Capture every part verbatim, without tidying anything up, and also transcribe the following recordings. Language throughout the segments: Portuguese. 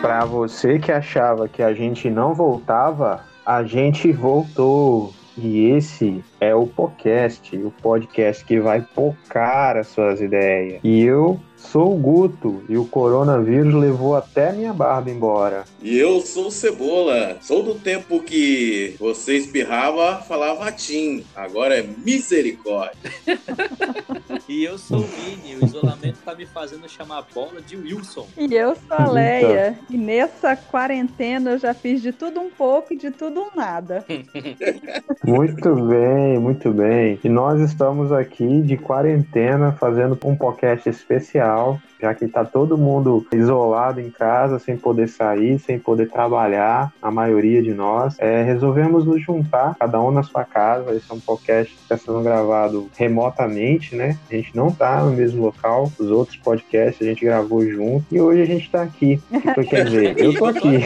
Para você que achava que a gente não voltava, a gente voltou. E esse é o podcast, o podcast que vai focar as suas ideias. E eu sou o Guto, e o coronavírus levou até minha barba embora. E eu sou o Cebola. Sou do tempo que você espirrava, falava Tim. Agora é misericórdia. E eu sou o Vini. O isolamento tá me fazendo chamar a bola de Wilson. E eu sou a Leia. E nessa quarentena eu já fiz de tudo um pouco e de tudo um nada. Muito bem, muito bem. E nós estamos aqui de quarentena fazendo um podcast especial, já que está todo mundo isolado em casa, sem poder sair, sem poder trabalhar, a maioria de nós. É, resolvemos nos juntar, cada um na sua casa. Esse é um podcast que está sendo gravado remotamente, né? A gente não está no mesmo local, os outros podcasts a gente gravou junto. E hoje a gente está aqui. Então, quer dizer, eu tô aqui.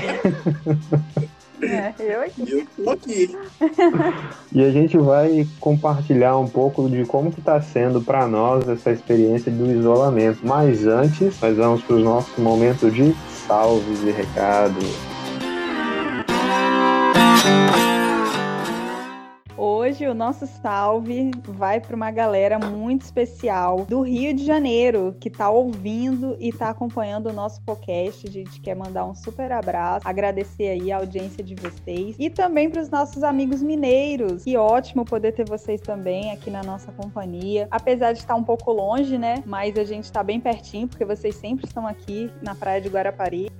É, eu aqui. Eu tô aqui. E a gente vai compartilhar um pouco de como que tá sendo para nós essa experiência do isolamento. Mas antes, nós vamos para o nosso momento de salves e recados. Hoje o nosso salve vai para uma galera muito especial do Rio de Janeiro, que está ouvindo e está acompanhando o nosso podcast. A gente quer mandar um super abraço, agradecer aí a audiência de vocês e também para os nossos amigos mineiros. Que ótimo poder ter vocês também aqui na nossa companhia. Apesar de estar um pouco longe, né? Mas a gente está bem pertinho, porque vocês sempre estão aqui na praia de Guarapari.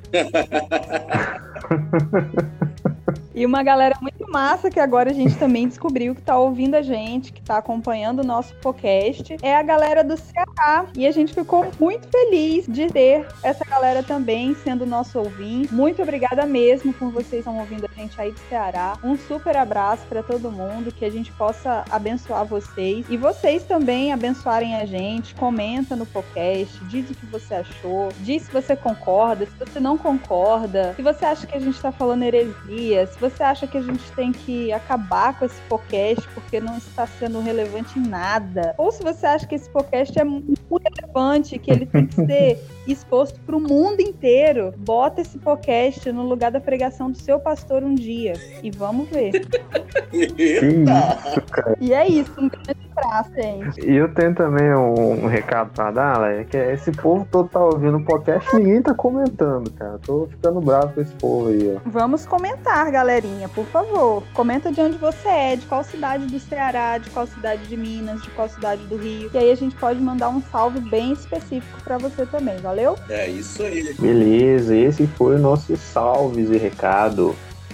E uma galera muito massa que agora a gente também descobriu que tá ouvindo a gente, que tá acompanhando o nosso podcast, é a galera do Ceará. E a gente ficou muito feliz de ter essa galera também sendo nosso ouvinte. Muito obrigada mesmo por vocês que estão ouvindo a gente aí do Ceará. Um super abraço para todo mundo, que a gente possa abençoar vocês. E vocês também abençoarem a gente. Comenta no podcast, diz o que você achou, diz se você concorda, se você não concorda, se você acha que a gente tá falando heresia, se você acha que a gente tem que acabar com esse podcast porque não está sendo relevante em nada, ou se você acha que esse podcast é muito relevante, que ele tem que ser exposto para o mundo inteiro, bota esse podcast no lugar da pregação do seu pastor um dia e vamos ver. Eita! E é isso, um grande abraço, gente. E eu tenho também um, um recado pra dar, Léa, que é esse povo todo tá ouvindo o podcast, ninguém tá comentando, cara. Tô ficando bravo com esse povo aí, ó. Vamos comentar, galerinha, por favor. Comenta de onde você é, de qual cidade do Ceará, de qual cidade de Minas, de qual cidade do Rio. E aí a gente pode mandar um salve bem específico pra você também, valeu? É isso aí. Beleza, esse foi o nosso salves e recado.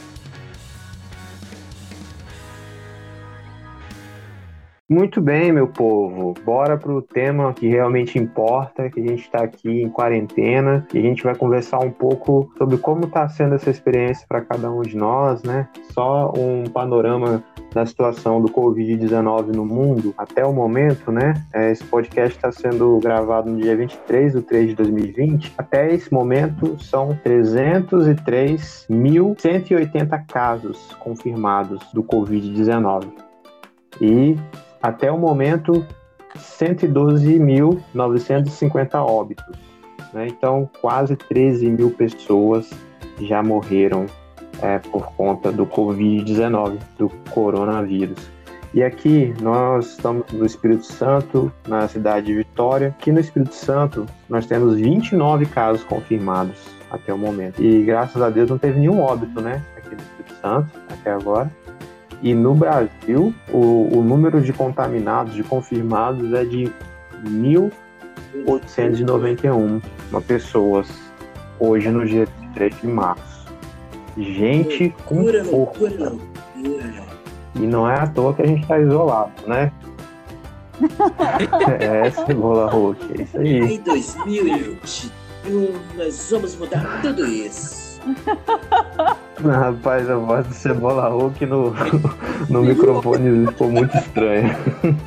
Muito bem, meu povo, bora pro tema que realmente importa, que a gente está aqui em quarentena e a gente vai conversar um pouco sobre como está sendo essa experiência para cada um de nós, né? Só um panorama da situação do covid dezenove no mundo até o momento, né? Esse podcast está sendo gravado no dia vinte e três de três de dois mil e vinte. Até esse momento são trezentos e três mil cento e oitenta casos confirmados do covid dezenove. E até o momento, cento e doze mil novecentos e cinquenta óbitos, né? Então, quase treze mil pessoas já morreram é, por conta do covid dezenove, do coronavírus. E aqui, nós estamos no Espírito Santo, na cidade de Vitória. Aqui no Espírito Santo, nós temos vinte e nove casos confirmados até o momento. E, graças a Deus, não teve nenhum óbito, né? Aqui no Espírito Santo, até agora. E no Brasil, o, o número de contaminados, de confirmados, é de mil oitocentos e noventa e um pessoas, hoje no dia três de março. Gente com força. E não é à toa que a gente está isolado, né? É, Cebola Roxa, é isso aí. Em dois mil e vinte e um, nós vamos mudar tudo isso. Rapaz, a voz do Cebola Hulk no, no microfone ficou muito estranha.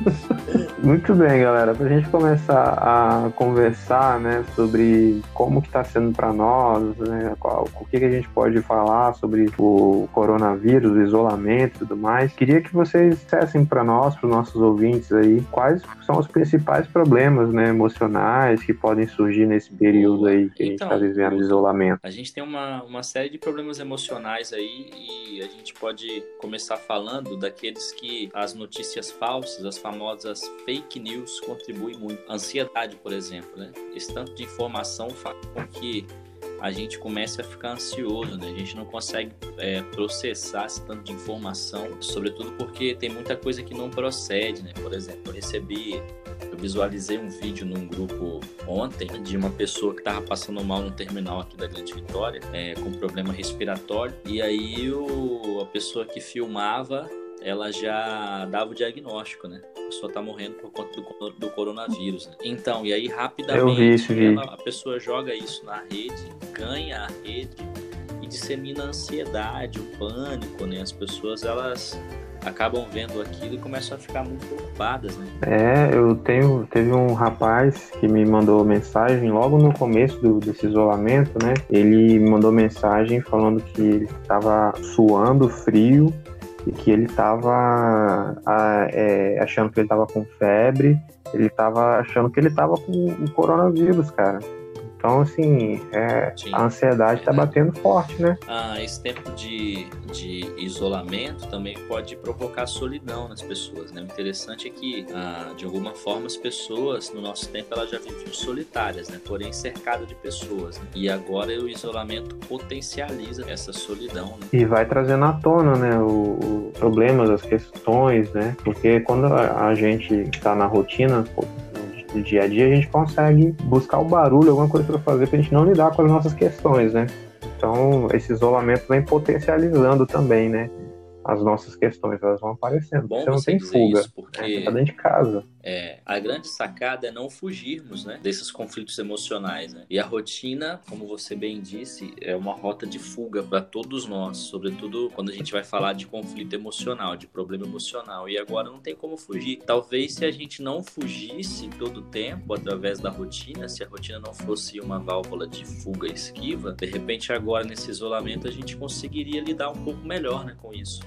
Muito bem, galera. Pra gente começar a conversar, né, sobre como que tá sendo para nós, né, qual, o que que a gente pode falar sobre o coronavírus, o isolamento e tudo mais, queria que vocês dissessem para nós, para os nossos ouvintes aí, quais são os principais problemas, né, emocionais que podem surgir nesse período aí que então, a gente está vivendo de isolamento. A gente tem uma, uma série de problemas emocionais aí e a gente pode começar falando daqueles que as notícias falsas, as famosas fake news, contribuem muito. A ansiedade, por exemplo, né? Esse tanto de informação faz com que a gente comece a ficar ansioso, né? A gente não consegue é, processar esse tanto de informação, sobretudo porque tem muita coisa que não procede, né? Por exemplo, eu recebi, eu visualizei um vídeo num grupo ontem de uma pessoa que estava passando mal no terminal aqui da Grande Vitória, é, com problema respiratório, e aí o, a pessoa que filmava, ela já dava o diagnóstico, né? A pessoa tá morrendo por conta do, do coronavírus, né? Então, e aí rapidamente ela, a pessoa joga isso na rede, ganha a rede e dissemina a ansiedade, o pânico, né? As pessoas, elas acabam vendo aquilo e começam a ficar muito preocupadas, né? É, eu tenho, teve um rapaz que me mandou mensagem logo no começo do, desse isolamento, né? Ele me mandou mensagem falando que ele estava suando frio e que ele estava é, achando que ele estava com febre, ele estava achando que ele estava com o coronavírus, cara. Então, assim, é, a ansiedade está batendo forte, né? Ah, esse tempo de, de isolamento também pode provocar solidão nas pessoas, né? O interessante é que, ah, de alguma forma, as pessoas, no nosso tempo, elas já viviam solitárias, né? Porém, cercadas de pessoas, né? E agora o isolamento potencializa essa solidão, né? E vai trazendo à tona, né, os problemas, as questões, né? Porque quando a, a gente está na rotina do dia a dia, a gente consegue buscar o barulho, alguma coisa para fazer pra gente não lidar com as nossas questões, né? Então, esse isolamento vem potencializando também, né? As nossas questões, elas vão aparecendo. Bom, você não tem fuga, isso, porque né? Você tá dentro de casa. É, a grande sacada é não fugirmos, né, desses conflitos emocionais, né? E a rotina, como você bem disse, é uma rota de fuga para todos nós, sobretudo quando a gente vai falar de conflito emocional, de problema emocional. E agora não tem como fugir. Talvez se a gente não fugisse todo o tempo através da rotina, se a rotina não fosse uma válvula de fuga e esquiva, de repente agora nesse isolamento a gente conseguiria lidar um pouco melhor, né, com isso.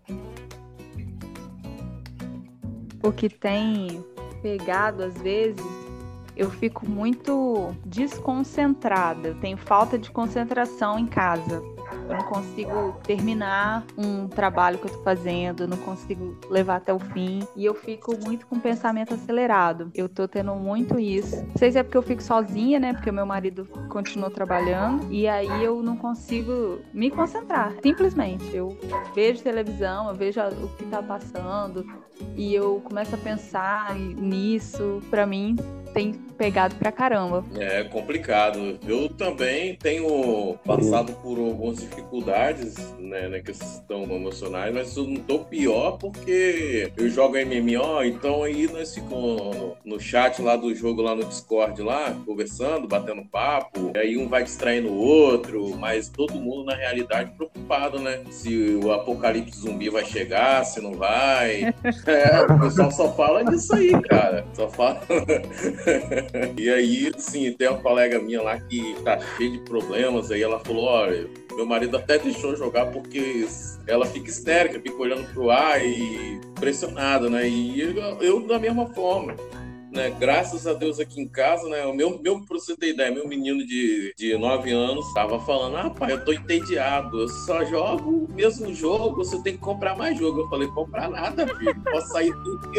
O que tem pegado às vezes, eu fico muito desconcentrada, eu tenho falta de concentração em casa. Eu não consigo terminar um trabalho que eu tô fazendo, eu não consigo levar até o fim. E eu fico muito com o pensamento acelerado. Eu tô tendo muito isso. Não sei se é porque eu fico sozinha, né? Porque o meu marido continua trabalhando. E aí eu não consigo me concentrar. Simplesmente. Eu vejo televisão, eu vejo o que tá passando. E eu começo a pensar nisso. Pra mim, tem pegado pra caramba. É complicado. Eu também tenho passado por algumas dificuldades, né, na questão emocionais, mas eu não tô pior porque eu jogo M M O, então aí nós ficamos no, no chat lá do jogo, lá no Discord, lá, conversando, batendo papo, e aí um vai distraindo o outro, mas todo mundo na realidade preocupado, né? Se o apocalipse zumbi vai chegar, se não vai. É, o pessoal só fala disso aí, cara. Só fala... E aí, sim, tem uma colega minha lá que tá cheia de problemas, aí ela falou, olha, meu marido até deixou jogar porque ela fica histérica, fica olhando pro ar e pressionada, né? E eu, eu da mesma forma, né? Graças a Deus aqui em casa, né? O meu, meu pra você ter ideia, meu menino de, de nove anos tava falando, ah, pai, eu tô entediado, eu só jogo o mesmo jogo, você tem que comprar mais jogo. Eu falei, comprar nada, filho, posso sair tudo.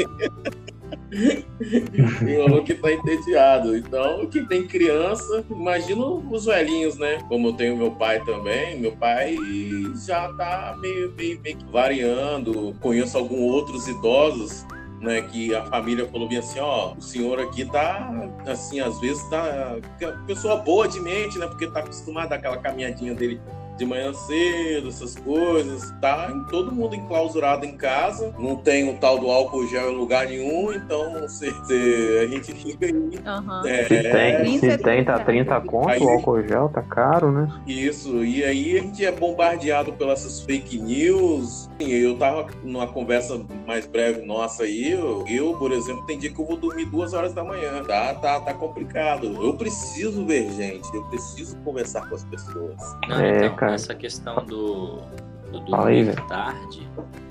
E falou que tá entediado. Então, quem tem criança, imagina os velhinhos, né? Como eu tenho meu pai também, meu pai já tá meio, meio, meio variando. Conheço alguns outros idosos, né, que a família falou bem assim, ó, o senhor aqui tá, assim, às vezes tá pessoa boa de mente, né, porque tá acostumado àquela caminhadinha dele de manhã cedo, essas coisas, tá todo mundo enclausurado em casa, não tem o tal do álcool gel em lugar nenhum, então cê, cê, a gente fica aí. Uhum. É, Se tem, se tem tá trinta Aí- conto, o álcool gel tá caro, né? Isso, e aí a gente é bombardeado pelas essas fake news. Eu tava numa conversa mais breve nossa aí, eu, eu, por exemplo, tem dia que eu vou dormir duas horas da manhã, tá, tá, tá complicado. Eu preciso ver gente, eu preciso conversar com as pessoas. Não, É, então, cara. essa questão do, do Fala aí, dormir velho. tarde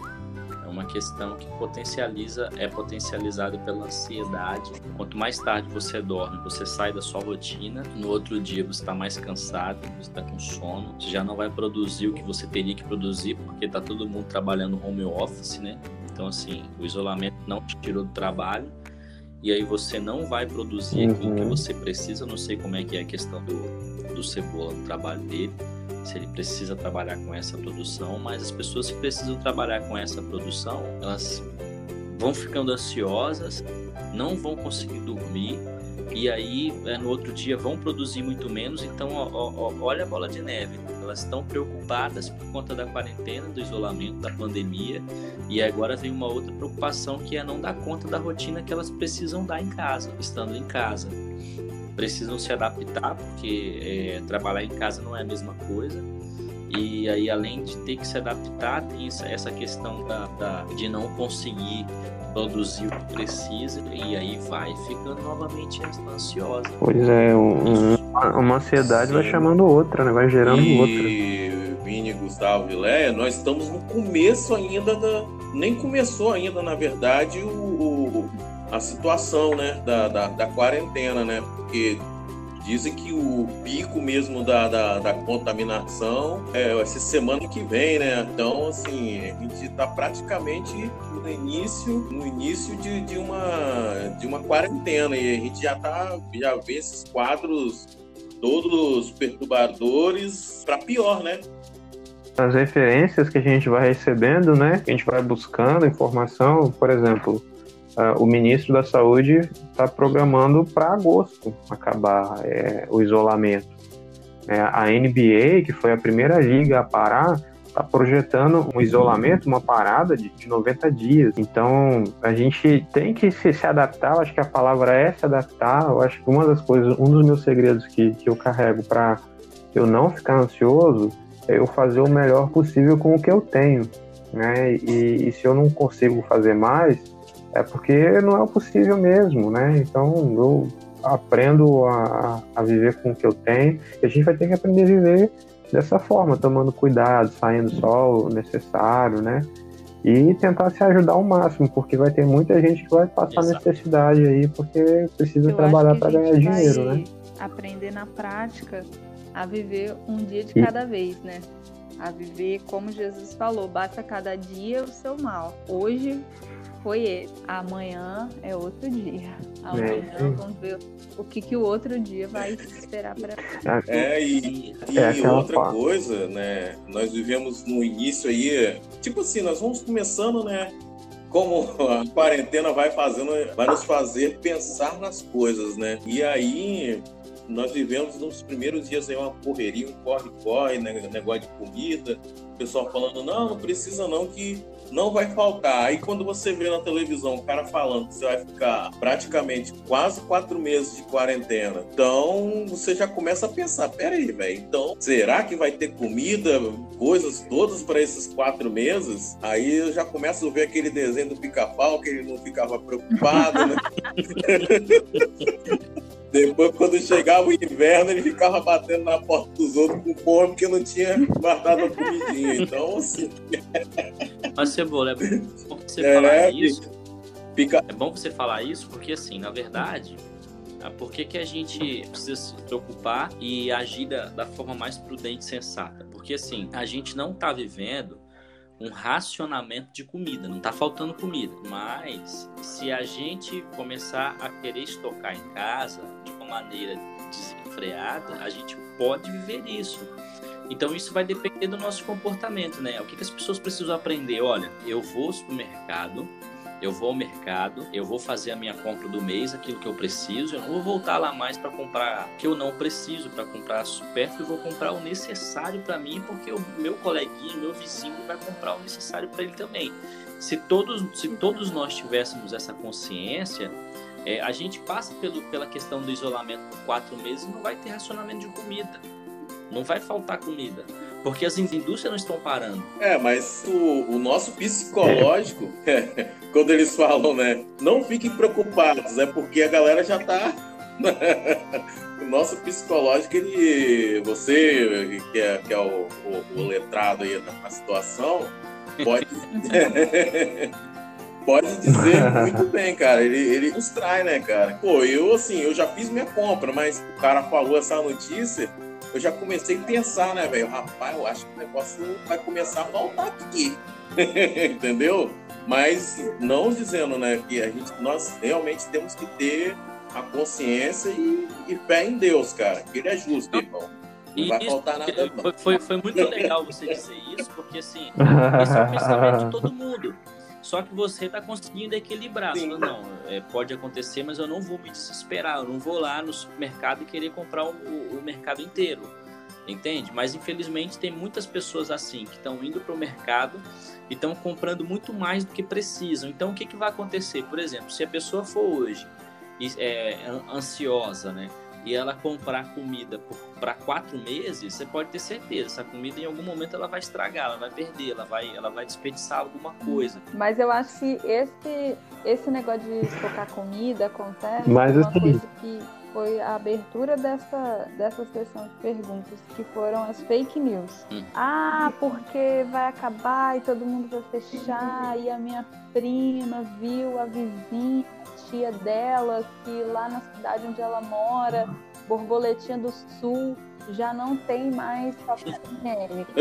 é uma questão que potencializa, é potencializada pela ansiedade. Quanto mais tarde você dorme, você sai da sua rotina, no outro dia você está mais cansado, você está com sono, você já não vai produzir o que você teria que produzir, porque está todo mundo trabalhando home office, né? Então, assim, o isolamento não te tirou do trabalho, e aí você não vai produzir Uhum. aquilo que você precisa. Eu não sei como é que é a questão do, do Cebola no trabalho dele, se ele precisa trabalhar com essa produção, mas as pessoas que precisam trabalhar com essa produção, elas vão ficando ansiosas, não vão conseguir dormir, e aí é, no outro dia vão produzir muito menos. Então ó, ó, olha a bola de neve, elas estão preocupadas por conta da quarentena, do isolamento, da pandemia, e agora vem uma outra preocupação, que é não dar conta da rotina que elas precisam dar em casa, estando em casa. Precisam se adaptar, porque é, trabalhar em casa não é a mesma coisa. E aí, além de ter que se adaptar, tem essa questão da, da, de não conseguir produzir o que precisa, e aí vai ficando novamente ansiosa. Pois é, um- um- uma ansiedade vai Sim. chamando outra, né? Vai gerando outra. E Vini, Gustavo, Viléia, nós estamos no começo ainda da... Nem começou ainda, na verdade, o, o- a situação, né, da, da, da quarentena, né? Porque dizem que o pico mesmo da, da, da contaminação é, vai ser semana que vem, né? Então, assim, a gente está praticamente no início, no início de, de, uma, de uma quarentena, e a gente já, tá, já vê esses quadros todos perturbadores para pior, né? As referências que a gente vai recebendo, né? Que a gente vai buscando informação, por exemplo, uh, o ministro da Saúde está programando para agosto acabar é, o isolamento. É, a N B A, que foi a primeira liga a parar, está projetando um isolamento, uma parada de, de noventa dias. Então, a gente tem que se, se adaptar. Eu acho que a palavra é se adaptar. Eu acho que uma das coisas, um dos meus segredos que, que eu carrego para eu não ficar ansioso é eu fazer o melhor possível com o que eu tenho, né? E, e se eu não consigo fazer mais, é porque não é o possível mesmo, né? Então, eu aprendo a, a viver com o que eu tenho, e a gente vai ter que aprender a viver dessa forma, tomando cuidado, saindo só o necessário, né? E tentar se ajudar ao máximo, porque vai ter muita gente que vai passar Exato. necessidade aí, porque precisa Eu trabalhar acho que a para ganhar gente dinheiro, vai né? aprender na prática a viver um dia de E- cada vez, né? A viver como Jesus falou, basta cada dia o seu mal. Hoje foi esse, amanhã é outro dia. Amanhã sim. vamos ver o que, que o outro dia vai esperar para É, e, e É aquela outra pa- coisa, né? Nós vivemos no início aí, tipo assim, nós vamos começando, né? Como a quarentena vai fazendo, vai nos fazer pensar nas coisas, né? E aí nós vivemos nos primeiros dias aí uma correria, um corre-corre, né? Negócio de comida, o pessoal falando, não, não precisa não, que não vai faltar. Aí quando você vê na televisão o cara falando que você vai ficar praticamente quase quatro meses de quarentena, então você já começa a pensar, peraí, velho, então será que vai ter comida, coisas todas para esses quatro meses? Aí eu já começo a ver aquele desenho do Pica-Pau, que ele não ficava preocupado, né? Depois, quando chegava o inverno, ele ficava batendo na porta dos outros com fome, porque não tinha guardado a comidinha. Então, assim... Mas, Cebola, é bom você É, falar né? isso. Fica... É bom você falar isso porque, assim, na verdade, ah, por que que a gente precisa se preocupar e agir da, da forma mais prudente e sensata? Porque, assim, a gente não está vivendo um racionamento de comida, não está faltando comida. Mas, se a gente começar a querer estocar em casa de uma maneira desenfreada, a gente pode viver isso. Então, isso vai depender do nosso comportamento, né? O que que as pessoas precisam aprender? Olha, eu vou ao supermercado, Eu vou ao mercado, eu vou fazer a minha compra do mês, aquilo que eu preciso. Eu não vou voltar lá mais para comprar o que eu não preciso, para comprar supérfluo. Eu vou comprar o necessário para mim, porque o meu coleguinha, meu vizinho vai comprar o necessário para ele também. Se todos, se todos nós tivéssemos essa consciência, é, a gente passa pelo, pela questão do isolamento por quatro meses e não vai ter racionamento de comida. Não vai faltar comida. Porque as indústrias não estão parando. É, mas o, o nosso psicológico, quando eles falam, né, não fiquem preocupados, é porque a galera já tá... O nosso psicológico, ele... Você, que é, que é o, o, o letrado aí na situação, pode... pode dizer muito bem, cara. Ele, ele nos trai, né, cara? Pô, eu, assim, eu já fiz minha compra, mas o cara falou essa notícia... Eu já comecei a pensar, né, velho? Rapaz, eu acho que o negócio vai começar a voltar aqui. Entendeu? Mas não dizendo, né, que a gente, nós realmente temos que ter a consciência e, e fé em Deus, cara. Que ele é justo, irmão. Não vai isso, faltar nada, não. Foi, foi, foi muito legal você dizer isso, porque, assim, esse é o pensamento de todo mundo. Só que você está conseguindo equilibrar. Você fala, não, é, pode acontecer, mas eu não vou me desesperar. Eu não vou lá no supermercado e querer comprar o, o, o mercado inteiro. Entende? Mas, infelizmente, tem muitas pessoas assim, que estão indo para o mercado e estão comprando muito mais do que precisam. Então, o que, que vai acontecer? Por exemplo, se a pessoa for hoje é, ansiosa, né? E ela comprar comida para quatro meses, você pode ter certeza, essa comida em algum momento ela vai estragar, ela vai perder, ela vai, ela vai desperdiçar alguma coisa. Mas eu acho que esse, esse negócio de estocar comida acontece Mas uma assim... coisa que foi a abertura dessa, dessa sessão de perguntas, que foram as fake news. Hum. Ah, porque vai acabar e todo mundo vai fechar, e a minha prima viu a vizinha, tia dela, que lá na cidade onde ela mora, Borboletinha do Sul, já não tem mais papel higiênico.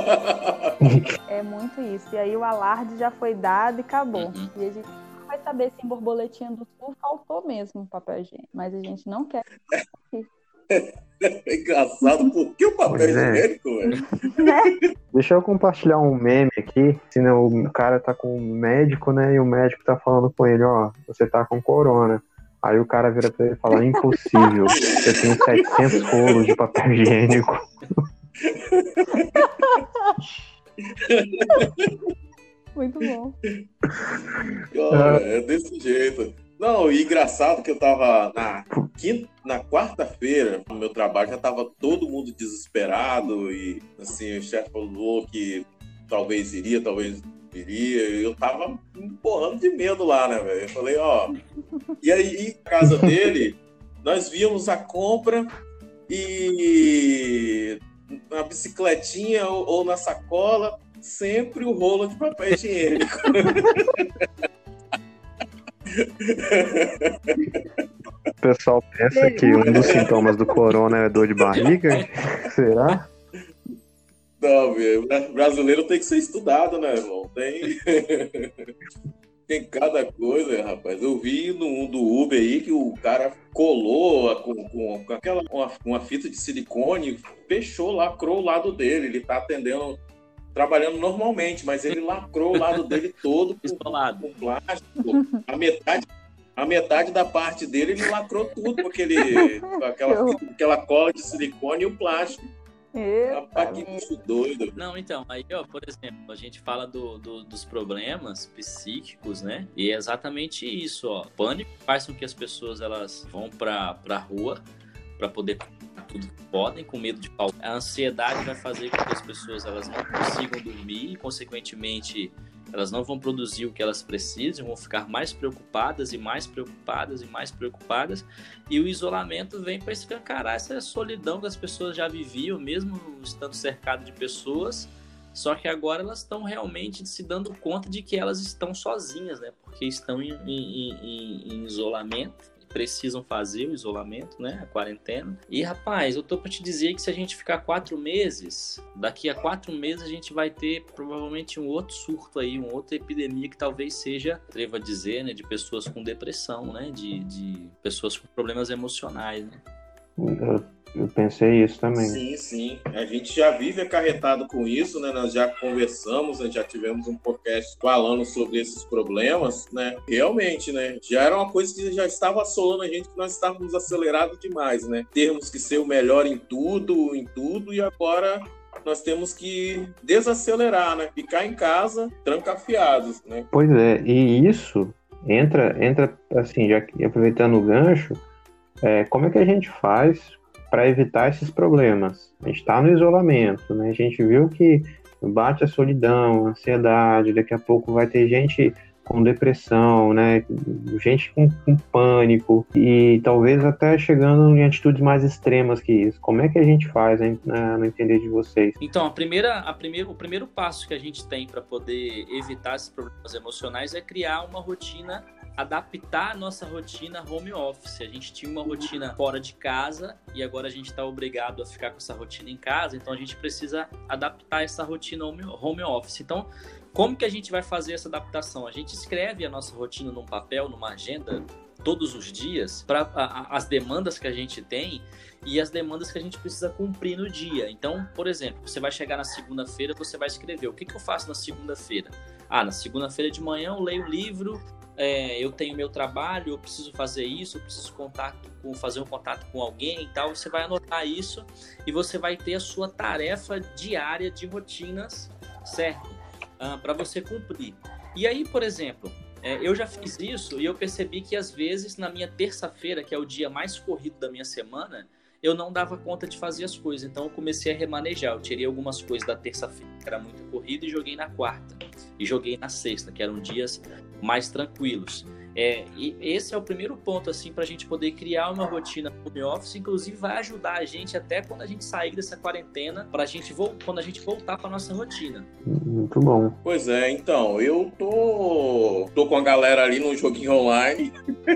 É muito isso. E aí o alarde já foi dado e acabou. Uhum. E a gente não vai saber se em Borboletinha do Sul faltou mesmo papel higiênico. Mas a gente não quer. É engraçado, por que o papel higiênico, velho? Né? Deixa eu compartilhar um meme aqui. Senão o cara tá com um médico, né? E o médico tá falando com ele, ó, você tá com corona. Aí o cara vira pra ele e fala, impossível, eu tenho setecentos rolos de papel higiênico. Muito bom. Cara, é desse jeito. Não, e engraçado que eu tava na, quinta, na quarta-feira, no meu trabalho, já tava todo mundo desesperado e, assim, o chefe falou que talvez iria, talvez iria, e eu tava empurrando de medo lá, né, velho? Eu falei, ó... E aí, na casa dele, nós víamos a compra e na bicicletinha ou, ou na sacola, sempre o rolo de papel higiênico. O pessoal pensa que um dos sintomas do corona é dor de barriga? Será? Não, meu, brasileiro tem que ser estudado, né, irmão? Tem... tem cada coisa, rapaz. Eu vi no do Uber aí que o cara colou com, com, com aquela uma, uma fita de silicone, fechou, lacrou o lado dele. Ele tá atendendo, trabalhando normalmente, mas ele lacrou o lado dele todo com, com plástico. A metade, a metade da parte dele ele lacrou tudo, porque ele, com aquela, aquela cola de silicone e o plástico. Rapaz, que bicho doido. Não, então, aí, ó, por exemplo, a gente fala do, do, dos problemas psíquicos, né? E é exatamente isso, ó. O pânico faz com que as pessoas elas vão pra, pra rua pra poder comprar tudo que podem, com medo de faltar. A ansiedade vai fazer com que as pessoas elas não consigam dormir e, consequentemente, elas não vão produzir o que elas precisam, vão ficar mais preocupadas e mais preocupadas e mais preocupadas. E o isolamento vem para escancarar essa solidão que as pessoas já viviam, mesmo estando cercado de pessoas. Só que agora elas estão realmente se dando conta de que elas estão sozinhas, né? Porque estão em, em, em, em isolamento. Precisam fazer o isolamento, né, a quarentena. E, rapaz, eu tô pra te dizer que se a gente ficar quatro meses, daqui a quatro meses a gente vai ter provavelmente um outro surto aí, uma outra epidemia que talvez seja, atrevo a dizer, né, de pessoas com depressão, né, de, de pessoas com problemas emocionais, né. Eu pensei isso também. Sim, sim. A gente já vive acarretado com isso, né? Nós já conversamos, né? Já tivemos um podcast falando sobre esses problemas, né? Realmente, né? Já era uma coisa que já estava assolando a gente, que nós estávamos acelerados demais, né? Termos que ser o melhor em tudo, em tudo, e agora nós temos que desacelerar, né? Ficar em casa, trancafiados, né? Pois é, e isso entra, entra assim, já que aproveitando o gancho, é, como é que a gente faz para evitar esses problemas? A gente está no isolamento, né? A gente viu que bate a solidão, a ansiedade, daqui a pouco vai ter gente com depressão, né? Gente com, com pânico e talvez até chegando em atitudes mais extremas que isso. Como é que a gente faz, hein, no entender de vocês? Então, a primeira, a primeiro, o primeiro passo que a gente tem para poder evitar esses problemas emocionais é criar uma rotina, adaptar a nossa rotina home office. A gente tinha uma rotina fora de casa e agora a gente está obrigado a ficar com essa rotina em casa, então a gente precisa adaptar essa rotina home office. Então, como que a gente vai fazer essa adaptação? A gente escreve a nossa rotina num papel, numa agenda, todos os dias, para as demandas que a gente tem e as demandas que a gente precisa cumprir no dia. Então, por exemplo, você vai chegar na segunda-feira, você vai escrever: o que, que eu faço na segunda-feira? Ah, na segunda-feira de manhã eu leio o livro, é, eu tenho meu trabalho, eu preciso fazer isso, eu preciso contato com, fazer um contato com alguém e tal. Você vai anotar isso e você vai ter a sua tarefa diária de rotinas, certo? Ah, para você cumprir. E aí, por exemplo, é, eu já fiz isso e eu percebi que às vezes na minha terça-feira, que é o dia mais corrido da minha semana, eu não dava conta de fazer as coisas. Então eu comecei a remanejar. Eu tirei algumas coisas da terça-feira, que era muito corrida, e joguei na quarta. E joguei na sexta, que eram dias mais tranquilos. É, e esse é o primeiro ponto, assim, para a gente poder criar uma rotina home office. Inclusive vai ajudar a gente até quando a gente sair dessa quarentena, para a gente quando a gente voltar para nossa rotina. Muito bom. Pois é, então, eu tô, tô com a galera ali no joguinho online.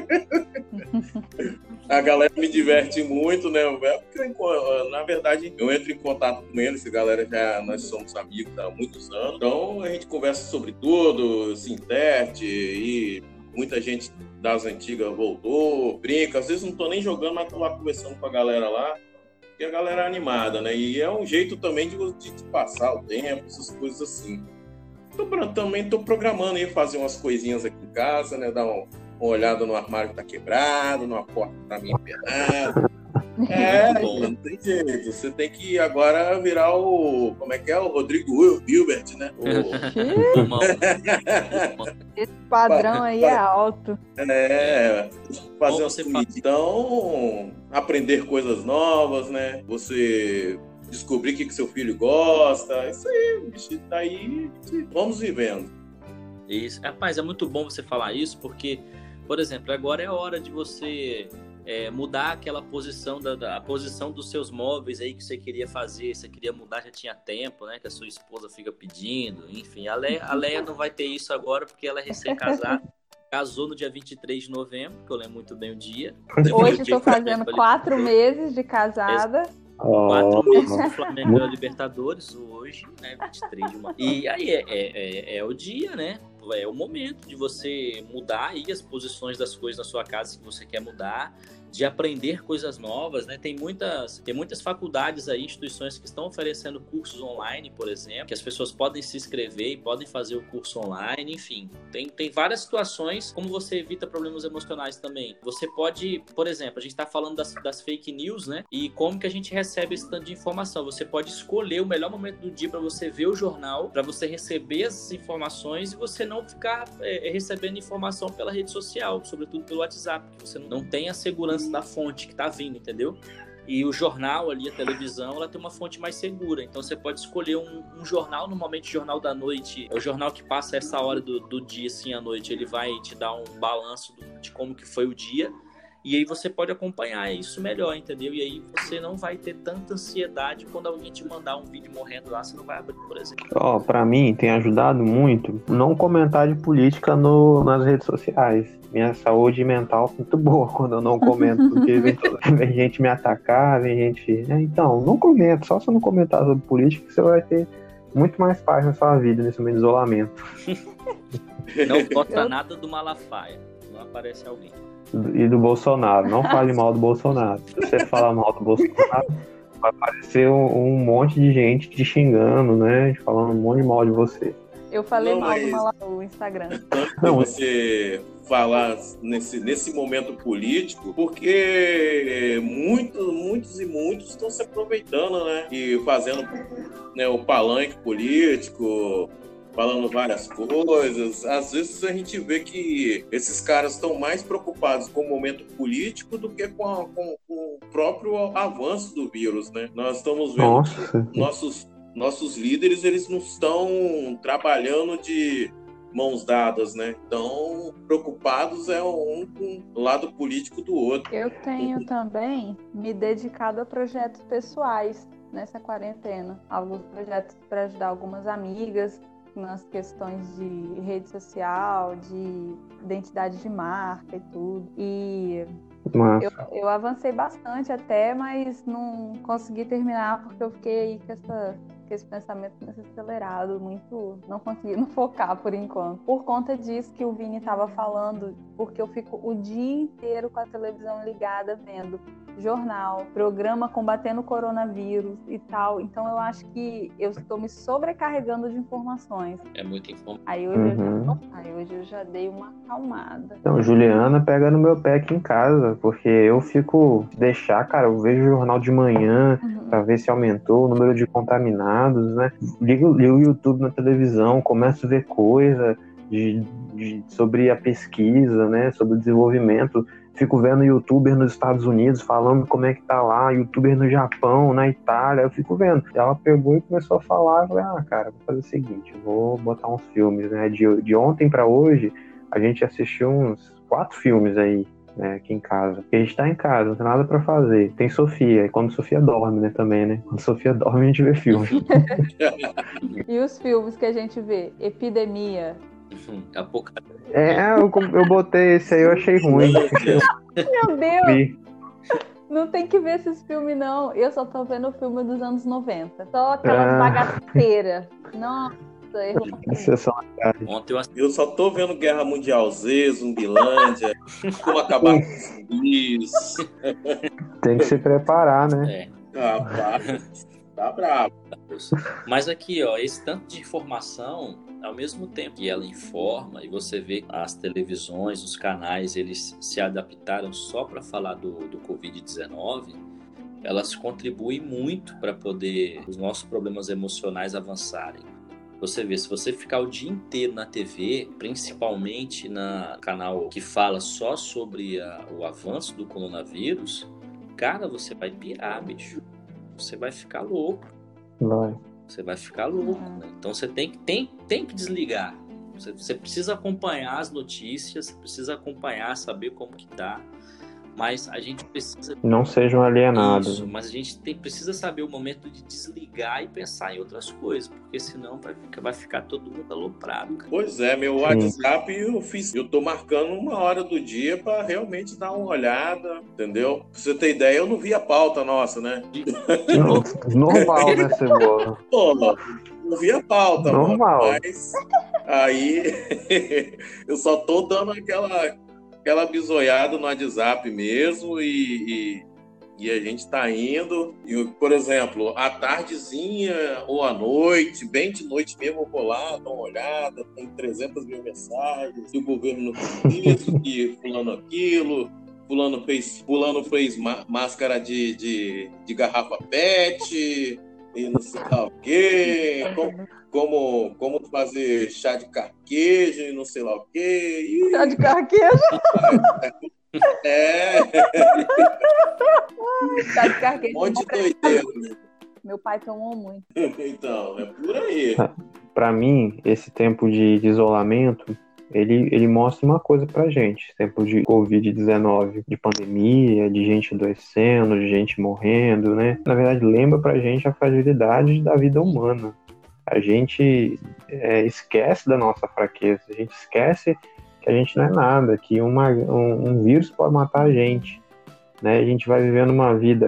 A galera me diverte muito, né? Porque, na verdade, eu entro em contato com eles, a galera já, nós somos amigos há muitos anos. Então a gente conversa sobre tudo, se interte, e muita gente das antigas voltou, brinca. Às vezes não tô nem jogando, mas tô lá conversando com a galera lá. Porque a galera é animada, né? E é um jeito também de, de passar o tempo, essas coisas assim. Tô, também tô programando aí fazer umas coisinhas aqui em casa, né? Dar um, uma olhada no armário que tá quebrado, numa porta que tá meio empenada. É, não tem jeito. Você tem que agora virar o... Como é que é? O Rodrigo Hilbert, né? O... Esse padrão aí é alto. É, fazer umas comidas. Então, aprender coisas novas, né? Você descobrir o que, que seu filho gosta. Isso aí, bicho. Daí, vamos vivendo. Isso. Rapaz, é muito bom você falar isso, porque, por exemplo, agora é hora de você... É, mudar aquela posição da, da a posição dos seus móveis aí que você queria fazer, você queria mudar, já tinha tempo, né? Que a sua esposa fica pedindo, enfim. A Leia, a Leia não vai ter isso agora porque ela é recém-casada. Casou no dia vinte e três de novembro, que eu lembro muito bem o dia. Hoje estou fazendo quatro meses de casada. Oh. Quatro meses do Flamengo da Libertadores, hoje, né? vinte e três de março. E aí é, é, é, é o dia, né? É o momento de você mudar aí as posições das coisas na sua casa que você quer mudar, de aprender coisas novas, né? Tem muitas, tem muitas faculdades aí, instituições que estão oferecendo cursos online, por exemplo, que as pessoas podem se inscrever e podem fazer o curso online, enfim. Tem, tem várias situações, como você evita problemas emocionais também. Você pode, por exemplo, a gente está falando das, das fake news, né? E como que a gente recebe esse tanto de informação. Você pode escolher o melhor momento do dia para você ver o jornal, para você receber essas informações e você não ficar é, recebendo informação pela rede social, sobretudo pelo WhatsApp, porque você não tem a segurança da fonte que tá vindo, entendeu? E o jornal ali, a televisão, ela tem uma fonte mais segura. Então você pode escolher um, um jornal, normalmente jornal da noite, é o jornal que passa essa hora do, do dia, assim, à noite, ele vai te dar um balanço do, de como que foi o dia. E aí você pode acompanhar isso melhor, entendeu? E aí você não vai ter tanta ansiedade quando alguém te mandar um vídeo morrendo lá, você não vai abrir, por exemplo. Ó, oh, pra mim tem ajudado muito não comentar de política no, nas redes sociais. Minha saúde mental é muito boa quando eu não comento, porque vem, vem gente me atacar, vem gente... É, então, não comenta, só se eu não comentar sobre política que você vai ter muito mais paz na sua vida nesse momento de isolamento. Não posta nada do Malafaia, não aparece alguém. e do Bolsonaro. Não fale mal do Bolsonaro. Se você falar mal do Bolsonaro, vai aparecer um, um monte de gente te xingando, né? Falando um monte de mal de você. Eu falei Não, mal mas... do Malaú no Instagram. Tanto que você falar nesse, nesse momento político, porque muitos, muitos e muitos estão se aproveitando, né? E fazendo, né, o palanque político, falando várias coisas. Às vezes a gente vê que esses caras estão mais preocupados com o momento político do que com, a, com, com o próprio avanço do vírus, né? Nós estamos vendo Nossa. que nossos, nossos líderes, eles não estão trabalhando de mãos dadas, né? Estão preocupados é um com o lado político do outro. Eu tenho também me dedicado a projetos pessoais nessa quarentena. Alguns projetos para ajudar algumas amigas nas questões de rede social, de identidade de marca e tudo. E eu, eu avancei bastante até, mas não consegui terminar porque eu fiquei aí com essa... esse pensamento muito acelerado, muito... não conseguindo focar por enquanto. Por conta disso que o Vini estava falando, porque eu fico o dia inteiro com a televisão ligada, vendo jornal, programa combatendo o coronavírus e tal. Então eu acho que eu estou me sobrecarregando de informações. É muita informação. Aí hoje, Uhum. eu, já... Aí hoje eu já dei uma acalmada. Então, Juliana pega no meu pé aqui em casa, porque eu fico... Deixar, cara, eu vejo o jornal de manhã, Uhum. pra ver se aumentou o número de contaminados, né? Ligo, ligo o YouTube na televisão, começo a ver coisa de, de, sobre a pesquisa, né? Sobre o desenvolvimento. Fico vendo youtuber nos Estados Unidos falando como é que tá lá, youtuber no Japão, na Itália, eu fico vendo. Ela pegou e começou a falar, eu falei, ah, cara, vou fazer o seguinte, vou botar uns filmes, né? De, de ontem pra hoje, a gente assistiu uns quatro filmes aí, né, aqui em casa. Porque a gente tá em casa, não tem nada pra fazer. Tem Sofia, e quando Sofia dorme, né, também, né? Quando Sofia dorme, a gente vê filme. E os filmes que a gente vê? Epidemia. Apocalipse. É, eu, eu botei esse aí, eu achei ruim. Meu Deus! Não tem que ver esses filmes, não. Eu só tô vendo o filme dos anos noventa. Só aquelas Ah. bagaceiras. Nossa, eu... Sessão da tarde. Ontem eu assisti. Eu só tô vendo Guerra Mundial Z, Zumbilândia, como acabar com os zumbis. Tem que se preparar, né? É. Rapaz, tá bravo. Mas aqui, ó, esse tanto de informação, ao mesmo tempo que ela informa, e você vê as televisões, os canais, eles se adaptaram só para falar do, do covid dezenove, elas contribuem muito para poder os nossos problemas emocionais avançarem. Você vê, se você ficar o dia inteiro na T V, principalmente no canal que fala só sobre a, o avanço do coronavírus, cara, você vai pirar, bicho. Você vai ficar louco. Vai. Você vai ficar louco, né? Então você tem, tem, tem que desligar. Você, você precisa acompanhar as notícias, você precisa acompanhar, saber como que tá. Mas a gente precisa... Não sejam alienados. Isso, mas a gente tem, precisa saber o momento de desligar e pensar em outras coisas, porque senão vai, vai ficar todo mundo aloprado, cara. Pois é, meu WhatsApp eu fiz. Eu tô marcando uma hora do dia pra realmente dar uma olhada, entendeu? Pra você ter ideia, eu não vi a pauta nossa, né? Não, normal, né, Cebola? Pô, não vi a pauta, Normal. mano, mas aí eu só tô dando aquela, aquela bisoiada no WhatsApp mesmo e, e, e a gente tá indo. E, por exemplo, à tardezinha ou à noite, bem de noite mesmo, eu vou lá, dou uma olhada, tem trezentas mil mensagens, que o governo não fez isso, que fulano aquilo, fulano fez, fulano fez má- máscara de, de, de garrafa pet, e não sei lá o quê, como, como, como fazer chá de carquejo e não sei lá o quê. E, Chá de carquejo. é, Chá de carquejo. um monte de doideira. Né? Meu pai tomou muito. Então, é por aí. Pra mim, esse tempo de, de isolamento, ele, ele mostra uma coisa pra gente. Esse tempo de covid dezenove, de pandemia, de gente adoecendo, de gente morrendo, né? Na verdade, lembra pra gente a fragilidade da vida humana. A gente é, esquece da nossa fraqueza, a gente esquece que a gente não é nada, que uma, um, um vírus pode matar a gente, né? A gente vai vivendo uma vida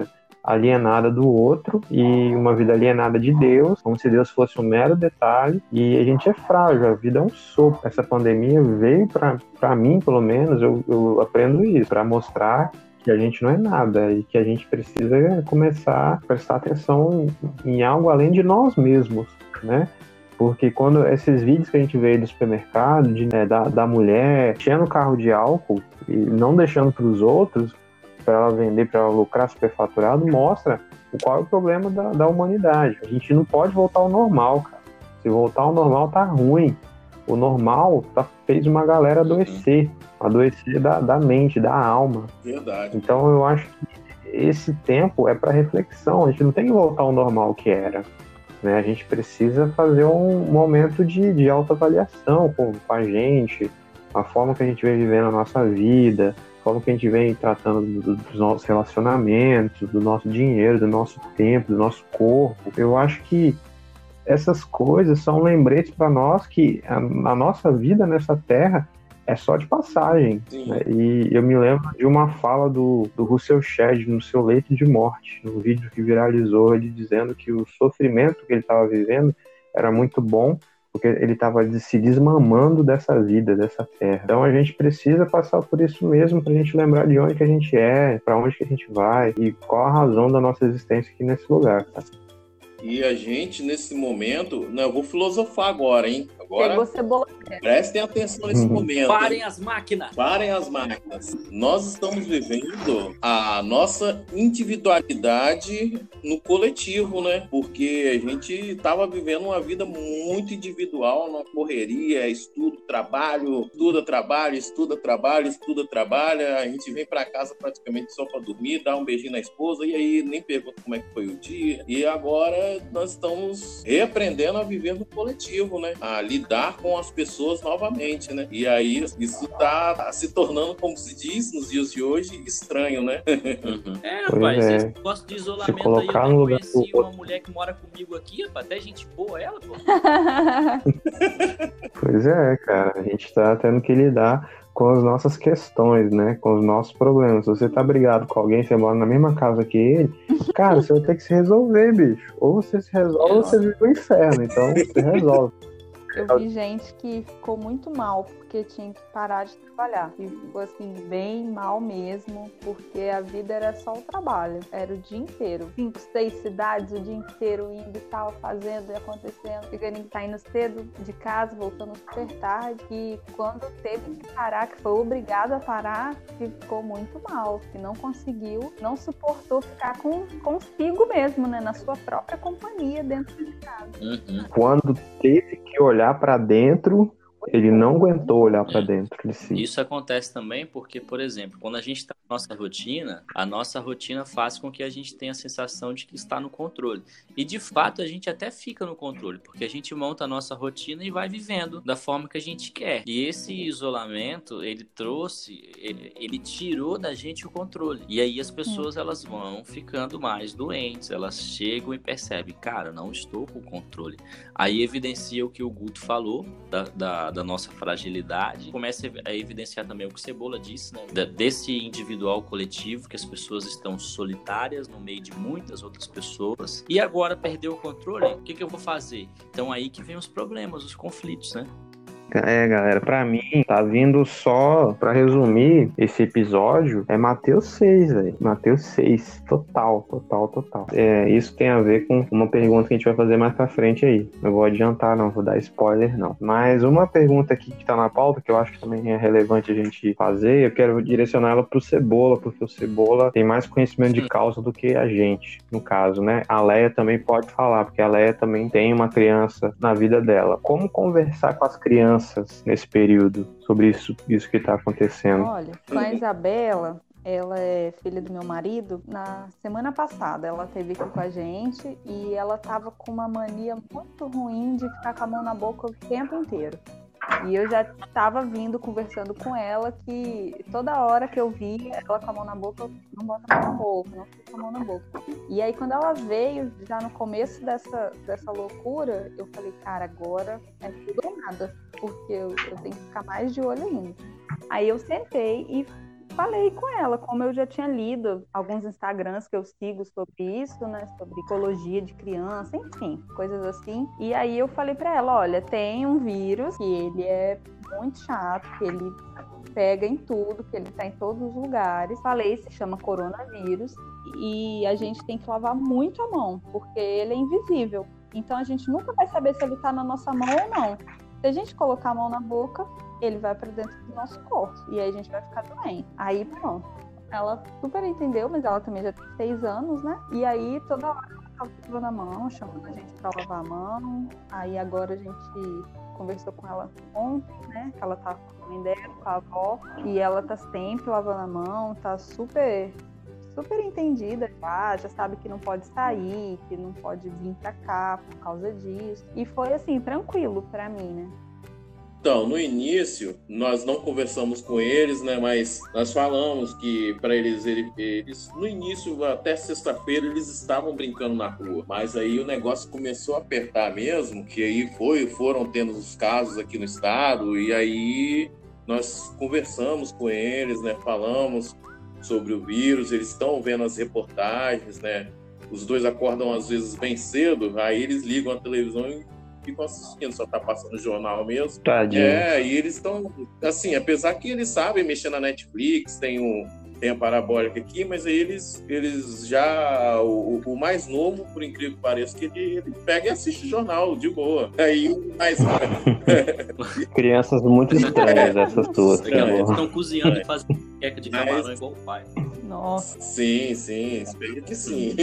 alienada do outro e uma vida alienada de Deus, como se Deus fosse um mero detalhe, e a gente é frágil, a vida é um sopro. Essa pandemia veio para para mim, pelo menos, eu, eu aprendo isso, para mostrar que a gente não é nada e que a gente precisa começar a prestar atenção em, em algo além de nós mesmos, né? Porque quando esses vídeos que a gente vê aí do supermercado, de, né, da, da mulher enchendo o carro de álcool e não deixando para os outros, para ela vender, para ela lucrar superfaturado, mostra qual é o problema da, da humanidade. A gente não pode voltar ao normal, cara. Se voltar ao normal, tá ruim. O normal tá, fez uma galera adoecer, adoecer da, da mente, da alma. Verdade. Então eu acho que esse tempo é para reflexão. A gente não tem que voltar ao normal que era. Né? A gente precisa fazer um momento de, de autoavaliação com, com a gente, a forma que a gente vem vivendo a nossa vida, a forma que a gente vem tratando do, dos nossos relacionamentos, do nosso dinheiro, do nosso tempo, do nosso corpo. Eu acho que essas coisas são lembretes para nós que a, a nossa vida nessa terra é só de passagem. Né? E eu me lembro de uma fala do, do Russell Shedd no seu leito de morte, no vídeo que viralizou, ele dizendo que o sofrimento que ele estava vivendo era muito bom, porque ele estava se desmamando dessa vida, dessa terra. Então a gente precisa passar por isso mesmo para a gente lembrar de onde que a gente é, para onde que a gente vai e qual a razão da nossa existência aqui nesse lugar. Tá? E a gente, nesse momento... Não, eu vou filosofar agora, hein? Agora, Pegou cebola. prestem atenção nesse momento. Parem as máquinas! Parem as máquinas. Nós estamos vivendo a nossa individualidade no coletivo, né? Porque a gente estava vivendo uma vida muito individual, na correria, estudo, trabalho, estuda, trabalho, estuda, trabalho, estuda, trabalha. A gente vem para casa praticamente só para dormir, dar um beijinho na esposa e aí nem pergunta como é que foi o dia. E agora nós estamos reaprendendo a viver no coletivo, né? A lidar com as pessoas novamente, né? E aí isso tá se tornando, como se diz nos dias de hoje, estranho, né? Uhum. É, rapaz, é. esse negócio de isolamento Se aí, eu colocar no lugar conheci do uma mulher que mora comigo aqui, rapaz, até gente boa ela, pô. Pois é, cara, a gente tá tendo que lidar com as nossas questões, né? Com os nossos problemas. Se você tá brigado com alguém, você mora na mesma casa que ele, cara, você vai ter que se resolver, bicho. Ou você se resolve, ou você vive no inferno. Então, você resolve. Eu vi gente que ficou muito mal porque tinha que parar de trabalhar. E ficou assim, bem mal mesmo, porque a vida era só o trabalho. Era o dia inteiro. Cinco, seis cidades, o dia inteiro indo e tal, fazendo e acontecendo. Ficando, saindo cedo de casa, voltando super tarde. E quando teve que parar, que foi obrigado a parar, ficou muito mal. Que não conseguiu, não suportou ficar com, consigo mesmo, né? Na sua própria companhia dentro de casa. Uhum. Quando teve que olhar para dentro, ele não aguentou olhar para dentro de si. Isso acontece também porque, por exemplo, quando a gente está na nossa rotina, a nossa rotina faz com que a gente tenha a sensação de que está no controle. E, de fato, a gente até fica no controle, porque a gente monta a nossa rotina e vai vivendo da forma que a gente quer. E esse isolamento, ele trouxe, ele, ele tirou da gente o controle. E aí as pessoas, elas vão ficando mais doentes, elas chegam e percebem, cara, não estou com controle. Aí evidencia o que o Guto falou, da, da da nossa fragilidade, começa a evidenciar também o que o Cebola disse, né? Desse individual coletivo, que as pessoas estão solitárias no meio de muitas outras pessoas, e agora perdeu o controle, o que, que eu vou fazer? Então aí que vem os problemas, os conflitos, né? É, galera, pra mim, tá vindo só, pra resumir esse episódio, é Mateus seis, velho. Mateus seis, total, total, total. É, isso tem a ver com uma pergunta que a gente vai fazer mais pra frente aí. Não vou adiantar, não, vou dar spoiler, não. Mas uma pergunta aqui que tá na pauta, que eu acho que também é relevante a gente fazer, eu quero direcionar ela pro Cebola, porque o Cebola tem mais conhecimento de causa do que a gente, no caso, né? A Leia também pode falar, porque a Leia também tem uma criança na vida dela. Como conversar com as crianças nesse período sobre isso, isso que está acontecendo? Olha, com a Isabela, ela é filha do meu marido. Na semana passada ela esteve aqui com a gente e ela estava com uma mania muito ruim de ficar com a mão na boca o tempo inteiro. E eu já estava vindo conversando com ela que toda hora que eu via ela com a mão na boca, eu não bota a mão na boca, não fica com a mão na boca. E aí quando ela veio, já no começo dessa, dessa loucura, eu falei, cara, agora é tudo ou nada, porque eu, eu tenho que ficar mais de olho ainda. Aí eu sentei e falei com ela, como eu já tinha lido alguns Instagrams que eu sigo sobre isso, né, sobre ecologia de criança, enfim, coisas assim. E aí eu falei pra ela, olha, tem um vírus que ele é muito chato, que ele pega em tudo, que ele tá em todos os lugares. Falei, se chama coronavírus e a gente tem que lavar muito a mão, porque ele é invisível. Então a gente nunca vai saber se ele tá na nossa mão ou não. Se a gente colocar a mão na boca, ele vai para dentro do nosso corpo e aí a gente vai ficar doente. Aí pronto. Ela super entendeu, mas ela também já tem seis anos, né? E aí toda hora ela tava lavando a mão, chamando a gente pra lavar a mão. Aí agora a gente conversou com ela ontem, né? Que ela tava com a mãe dela, com a avó. E ela tá sempre lavando a mão, tá super, super entendida já. Já sabe que não pode sair, que não pode vir pra cá por causa disso. E foi assim, tranquilo pra mim, né? Então, no início, nós não conversamos com eles, né? Mas nós falamos que para eles, eles, eles, no início, até sexta-feira, eles estavam brincando na rua. Mas aí o negócio começou a apertar mesmo, que aí foi, foram tendo os casos aqui no estado, e aí nós conversamos com eles, né? Falamos sobre o vírus, eles estão vendo as reportagens, né? Os dois acordam às vezes bem cedo, aí eles ligam a televisão e ficam assistindo, só tá passando o jornal mesmo. Tadinho. É, e eles estão, assim, apesar que eles sabem mexer na Netflix, tem, um, tem a parabólica aqui, mas aí eles, eles já, o, o mais novo, por incrível que pareça, que ele, ele pega e assiste o jornal, de boa. Aí o mais... Crianças muito estranhas, essas duas. Daqui a pouco estão cozinhando e fazendo queca de camarão mas... igual o pai. Nossa. Sim, sim, espero que sim.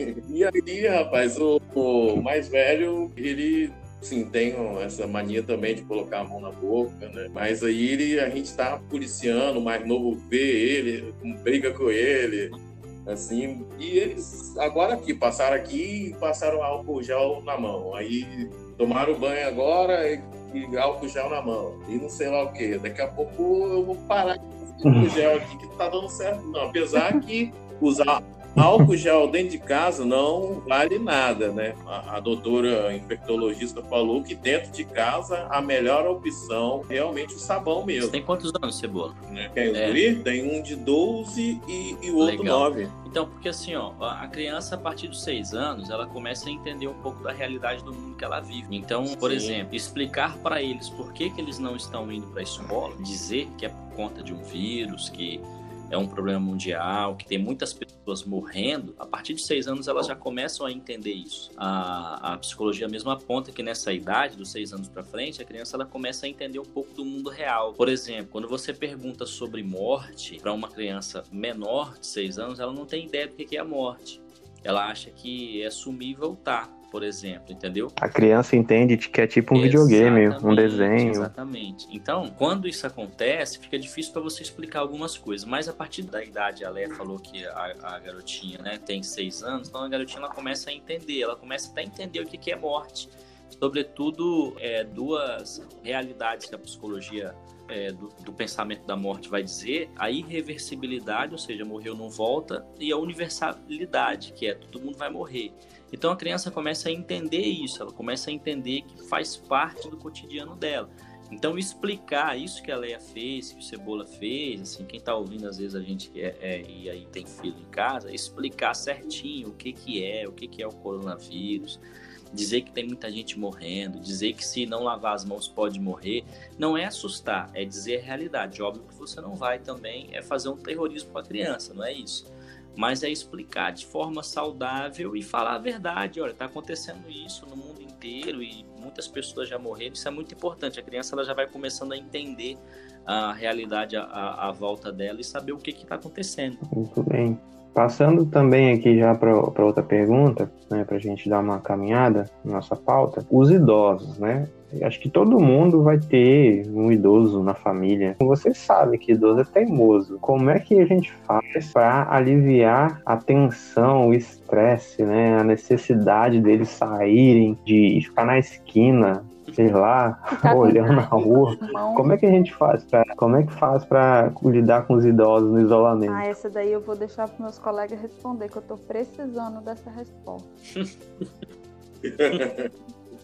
E aí, rapaz, o, o mais velho, ele... Sim, tem essa mania também de colocar a mão na boca, né? Mas aí ele, a gente tá policiando, o mais novo vê ele, briga com ele, assim. E eles, agora aqui, passaram aqui e passaram álcool gel na mão. Aí tomaram banho agora e, e álcool gel na mão. E não sei lá o quê. Daqui a pouco eu vou parar com álcool gel aqui que não tá dando certo, não. Apesar que usar álcool gel dentro de casa não vale nada, né? A, a doutora infectologista falou que dentro de casa a melhor opção é realmente o sabão mesmo. Você tem quantos anos, Cebola? Né? Quem é. Guri? Tem um de doze e, e o outro Legal. nove. Então, porque assim, ó, a criança a partir dos seis anos, ela começa a entender um pouco da realidade do mundo que ela vive. Então, por Sim. exemplo, explicar para eles por que, que eles não estão indo para a escola, dizer que é por conta de um vírus, que é um problema mundial, que tem muitas pessoas morrendo, a partir de seis anos elas já começam a entender isso. A, a psicologia mesmo aponta que nessa idade, dos seis anos para frente, a criança ela começa a entender um pouco do mundo real. Por exemplo, quando você pergunta sobre morte para uma criança menor de seis anos, ela não tem ideia do que é a morte. Ela acha que é sumir e voltar, por exemplo, entendeu? A criança entende que é tipo um videogame, um desenho. Exatamente. Então, quando isso acontece, fica difícil para você explicar algumas coisas. Mas a partir da idade, a Léa falou que a, a garotinha, né, tem seis anos, então a garotinha ela começa a entender, ela começa até a entender o que, que é morte. Sobretudo, é, duas realidades que a psicologia é, do, do pensamento da morte vai dizer: a irreversibilidade, ou seja, morreu não volta, e a universalidade, que é todo mundo vai morrer. Então a criança começa a entender isso, ela começa a entender que faz parte do cotidiano dela. Então explicar isso que a Léa fez, que o Cebola fez, assim, quem está ouvindo às vezes a gente é, é, e aí tem filho em casa, explicar certinho o que, que é, o que, que é o coronavírus, dizer que tem muita gente morrendo, dizer que se não lavar as mãos pode morrer, não é assustar, é dizer a realidade. Óbvio que você não vai também é fazer um terrorismo com a criança, não é isso. Mas é explicar de forma saudável e falar a verdade. Olha, está acontecendo isso no mundo inteiro e muitas pessoas já morreram. Isso é muito importante. A criança ela já vai começando a entender a realidade à, à volta dela e saber o que está acontecendo. Muito bem. Passando também aqui já para outra pergunta, né, para a gente dar uma caminhada na nossa pauta, os idosos, né? Acho que todo mundo vai ter um idoso na família. Você sabe que idoso é teimoso. Como é que a gente faz para aliviar a tensão, o estresse, né? A necessidade deles saírem, de ficar na esquina, sei lá, olhando na rua. Como é que a gente faz pra, como é que faz para lidar com os idosos no isolamento? Ah, essa daí eu vou deixar para meus colegas responder, que eu tô precisando dessa resposta.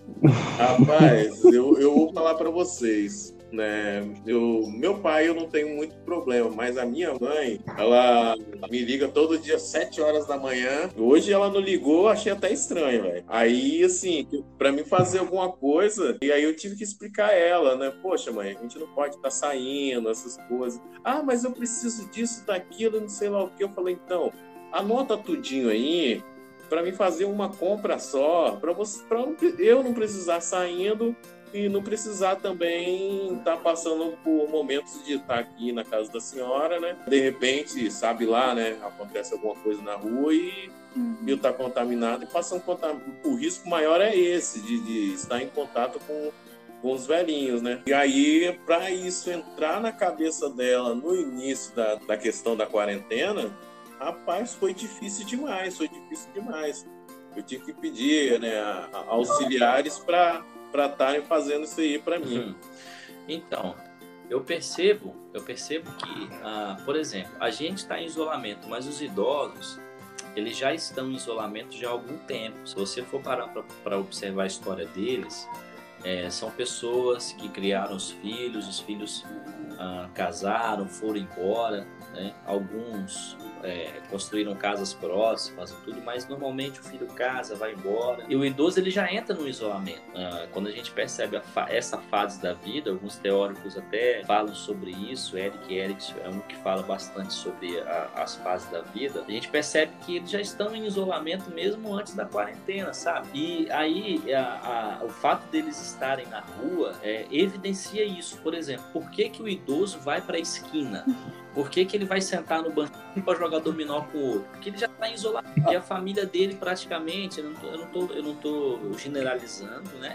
Rapaz, eu, eu vou falar para vocês, né? Eu, meu pai eu não tenho muito problema, mas a minha mãe, ela me liga todo dia às sete horas da manhã. Hoje ela não ligou, achei até estranho, velho. Aí, assim, para mim fazer alguma coisa, e aí eu tive que explicar a ela, né? Poxa, mãe, a gente não pode estar saindo, essas coisas. Ah, mas eu preciso disso, daquilo, não sei lá o que. Eu falei, então, anota tudinho aí, para mim fazer uma compra só, para você, para eu não precisar saindo e não precisar também estar tá passando por momentos de estar aqui na casa da senhora, né? De repente, sabe lá, né? Acontece alguma coisa na rua e uhum. eu estar tá contaminado e passar um contato. O risco maior é esse, de, de estar em contato com, com os velhinhos, né? E aí, para isso entrar na cabeça dela no início da, da questão da quarentena, rapaz, foi difícil demais, foi difícil demais. Eu tive que pedir, né, auxiliares para para estarem fazendo isso aí para mim. Uhum. Então, eu percebo, eu percebo que, ah, por exemplo, a gente está em isolamento, mas os idosos, eles já estão em isolamento já há algum tempo. Se você for parar para observar a história deles, é, são pessoas que criaram os filhos, os filhos ah, casaram, foram embora, né? Alguns é, construíram casas próximas e tudo, mas normalmente o filho casa, vai embora. E o idoso ele já entra no isolamento. Ah, quando a gente percebe a fa- essa fase da vida, alguns teóricos até falam sobre isso, Erik Erikson é um que fala bastante sobre a, as fases da vida, a gente percebe que eles já estão em isolamento mesmo antes da quarentena, sabe? E aí a, a, o fato deles estarem na rua é, evidencia isso. Por exemplo, por que, que o idoso vai para a esquina? Por que, que ele vai sentar no banquinho para jogar dominó com o outro? Porque ele já está isolado. E a família dele praticamente, eu não tô, eu não tô, eu não tô generalizando, né?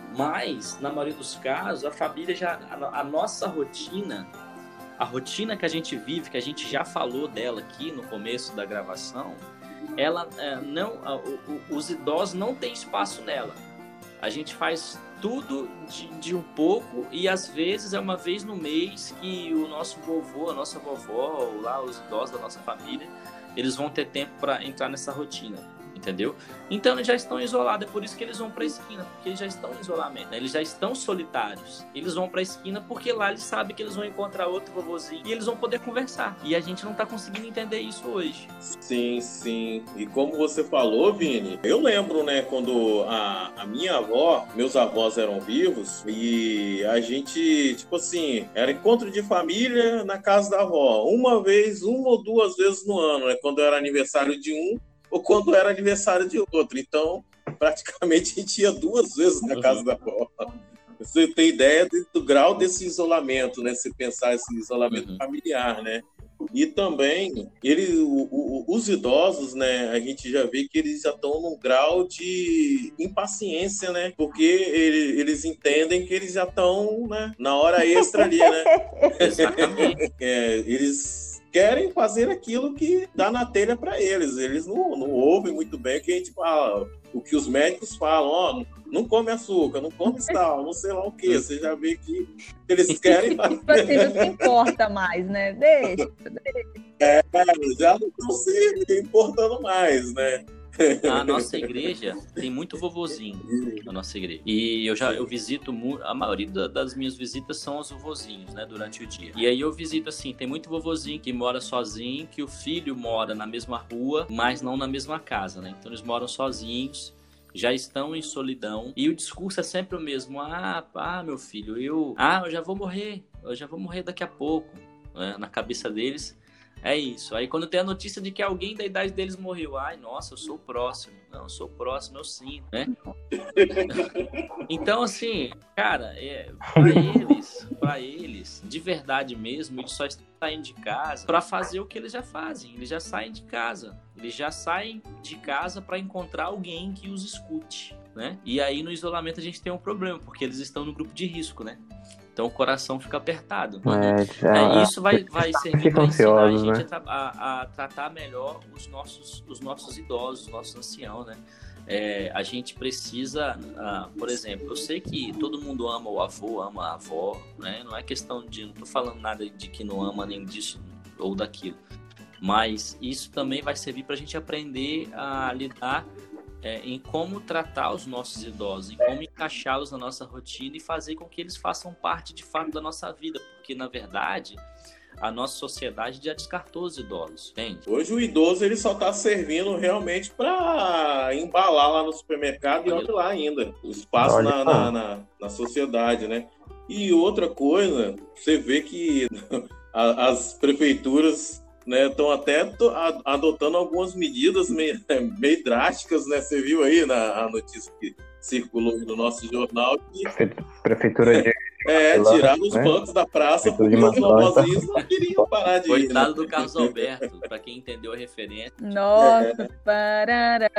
Mas, na maioria dos casos, a família já... A, a nossa rotina, a rotina que a gente vive, que a gente já falou dela aqui no começo da gravação, ela é, não... A, o, os idosos não têm espaço nela. A gente faz tudo de, de um pouco e às vezes é uma vez no mês que o nosso vovô, a nossa vovó, ou lá os idosos da nossa família, eles vão ter tempo para entrar nessa rotina, entendeu? Então eles já estão isolados, é por isso que eles vão para a esquina, porque eles já estão em isolamento, né? Eles já estão solitários. Eles vão para a esquina porque lá eles sabem que eles vão encontrar outro vovozinho e eles vão poder conversar. E a gente não está conseguindo entender isso hoje. Sim, sim. E como você falou, Vini, eu lembro, né, quando a, a minha avó, meus avós eram vivos e a gente, tipo assim, era encontro de família na casa da avó. Uma vez, uma ou duas vezes no ano, né? Quando era aniversário de um ou quando era aniversário de outro. Então, praticamente a gente ia duas vezes na casa da avó. Você tem ideia do grau desse isolamento, né? Se pensar esse isolamento uhum. familiar, né? E também, ele, o, o, os idosos, né? A gente já vê que eles já estão num grau de impaciência, né? Porque ele, eles entendem que eles já estão, né, na hora extra ali, né? Exatamente. É, eles querem fazer aquilo que dá na telha para eles. Eles não, não ouvem muito bem o que a gente fala, o que os médicos falam, ó, oh, não come açúcar, não come sal, não sei lá o que. Você já vê que eles querem fazer. Tipo assim, não se importa mais, né? Deixa, deixa. É, já não estão se importando mais, né? A nossa igreja tem muito vovozinho na nossa igreja. E eu já eu visito, a maioria das minhas visitas são os vovozinhos, né, durante o dia. E aí eu visito assim, tem muito vovozinho que mora sozinho, que o filho mora na mesma rua, mas não na mesma casa, né? Então eles moram sozinhos, já estão em solidão. E o discurso é sempre o mesmo. Ah, ah, meu filho, eu... Ah, eu já vou morrer. Eu já vou morrer daqui a pouco. Né? Na cabeça deles... É isso. Aí quando tem a notícia de que alguém da idade deles morreu, ai, nossa, eu sou o próximo. Não, eu sou o próximo, eu sinto, né? Então, assim, cara, é, pra eles, pra eles, de verdade mesmo, eles só estão saindo de casa pra fazer o que eles já fazem. Eles já saem de casa. Eles já saem de casa pra encontrar alguém que os escute, né? E aí no isolamento a gente tem um problema, porque eles estão no grupo de risco, né? Então o coração fica apertado. É, já, é, isso vai, vai servir para ensinar ansiosos, a gente né? a, a, a tratar melhor os nossos, os nossos idosos, os nossos anciãos, né? É, a gente precisa, uh, por exemplo, eu sei que todo mundo ama o avô, ama a avó, né? Não é questão de, não tô falando nada de que não ama nem disso ou daquilo, mas isso também vai servir para a gente aprender a lidar é, em como tratar os nossos idosos, em como encaixá-los na nossa rotina e fazer com que eles façam parte de fato da nossa vida, porque na verdade a nossa sociedade já descartou os idosos, entende? Hoje o idoso ele só está servindo realmente para embalar lá no supermercado e olha lá ainda o espaço na, na, na, na sociedade, né? E outra coisa, você vê que as prefeituras estão, né, até adotando algumas medidas meio, meio drásticas, né? Você viu aí na a notícia que circulou no nosso jornal que... Prefeitura de... É, tiraram os, né, bancos da praça porque os vovozinhos não queriam parar de ir. Coitado, né, do Carlos Alberto, pra quem entendeu a referência. Nossa, é. parará,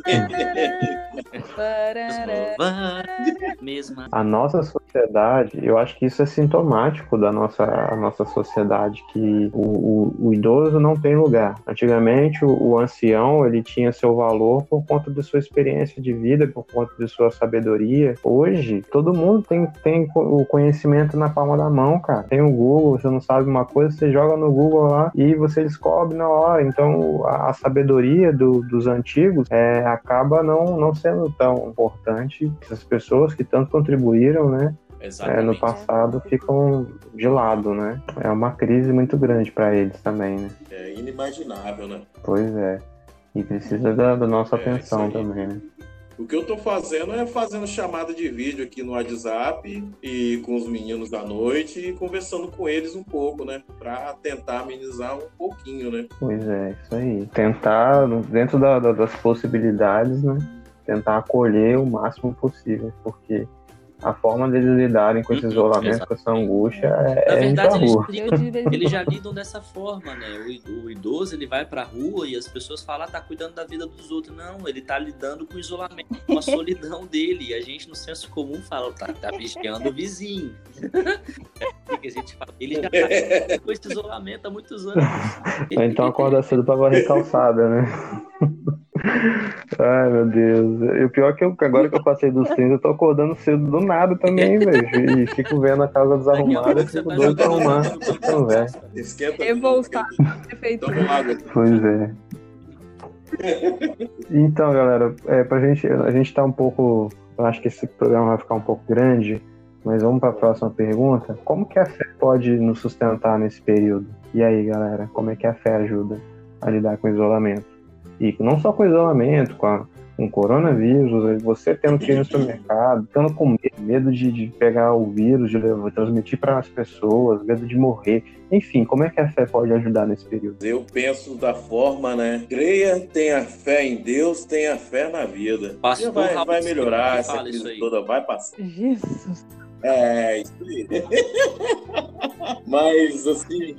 parará. Mesma. A nossa sociedade, eu acho que isso é sintomático da nossa, a nossa sociedade, que o, o, o idoso não tem lugar. Antigamente, o, o ancião, ele tinha seu valor por conta de sua experiência de vida, por conta de sua sabedoria. Hoje, todo mundo tem, tem o conhecimento na palma da mão, cara. Tem o Google, você não sabe uma coisa, você joga no Google lá e você descobre na hora. Então, a, a sabedoria do, dos antigos é, acaba não, não sendo tão importante. Essas pessoas que tanto contribuíram, né, é, no passado, ficam de lado, né? É uma crise muito grande para eles também, né? É inimaginável, né? Pois é. E precisa da, da nossa é, atenção também, né? O que eu tô fazendo é fazendo chamada de vídeo aqui no WhatsApp e com os meninos da noite e conversando com eles um pouco, né? Pra tentar amenizar um pouquinho, né? Pois é, isso aí. Tentar, dentro da, da, das possibilidades, né? Tentar acolher o máximo possível, porque a forma deles lidarem com esse isolamento, uhum, com essa angústia é, na é verdade, ir pra rua. Eles, eles já lidam dessa forma, né? O, o idoso, ele vai pra rua e as pessoas falam, ah, tá cuidando da vida dos outros. Não, ele tá lidando com o isolamento, com a solidão dele. E a gente, no senso comum, fala, tá, tá vigiando o vizinho. É que a gente fala, ele já tá com esse isolamento há muitos anos. Ele, então acorda cedo pra varrer calçada, né? Ai, meu Deus. E o pior é que eu, agora que eu passei dos trinta, eu tô acordando cedo do nada também, velho. E fico vendo a casa desarrumada e fico tá doido pra arrumar. Então, velho. Revoltar. Pois é. Então, galera, é, pra gente, a gente tá um pouco... Eu acho que esse programa vai ficar um pouco grande, mas vamos para a próxima pergunta. Como que a fé pode nos sustentar nesse período? E aí, galera, como é que a fé ajuda a lidar com o isolamento? E não só com o isolamento, com, a, com o coronavírus, você tendo que ir no supermercado, ficando com medo, medo de, de pegar o vírus, de levar, transmitir para as pessoas, medo de morrer. Enfim, como é que a fé pode ajudar nesse período? Eu penso da forma, né? Creia, tenha fé em Deus, tenha fé na vida. Pastor, vai, vai melhorar, essa crise toda vai passar. Jesus. É, isso aí. Mas, assim,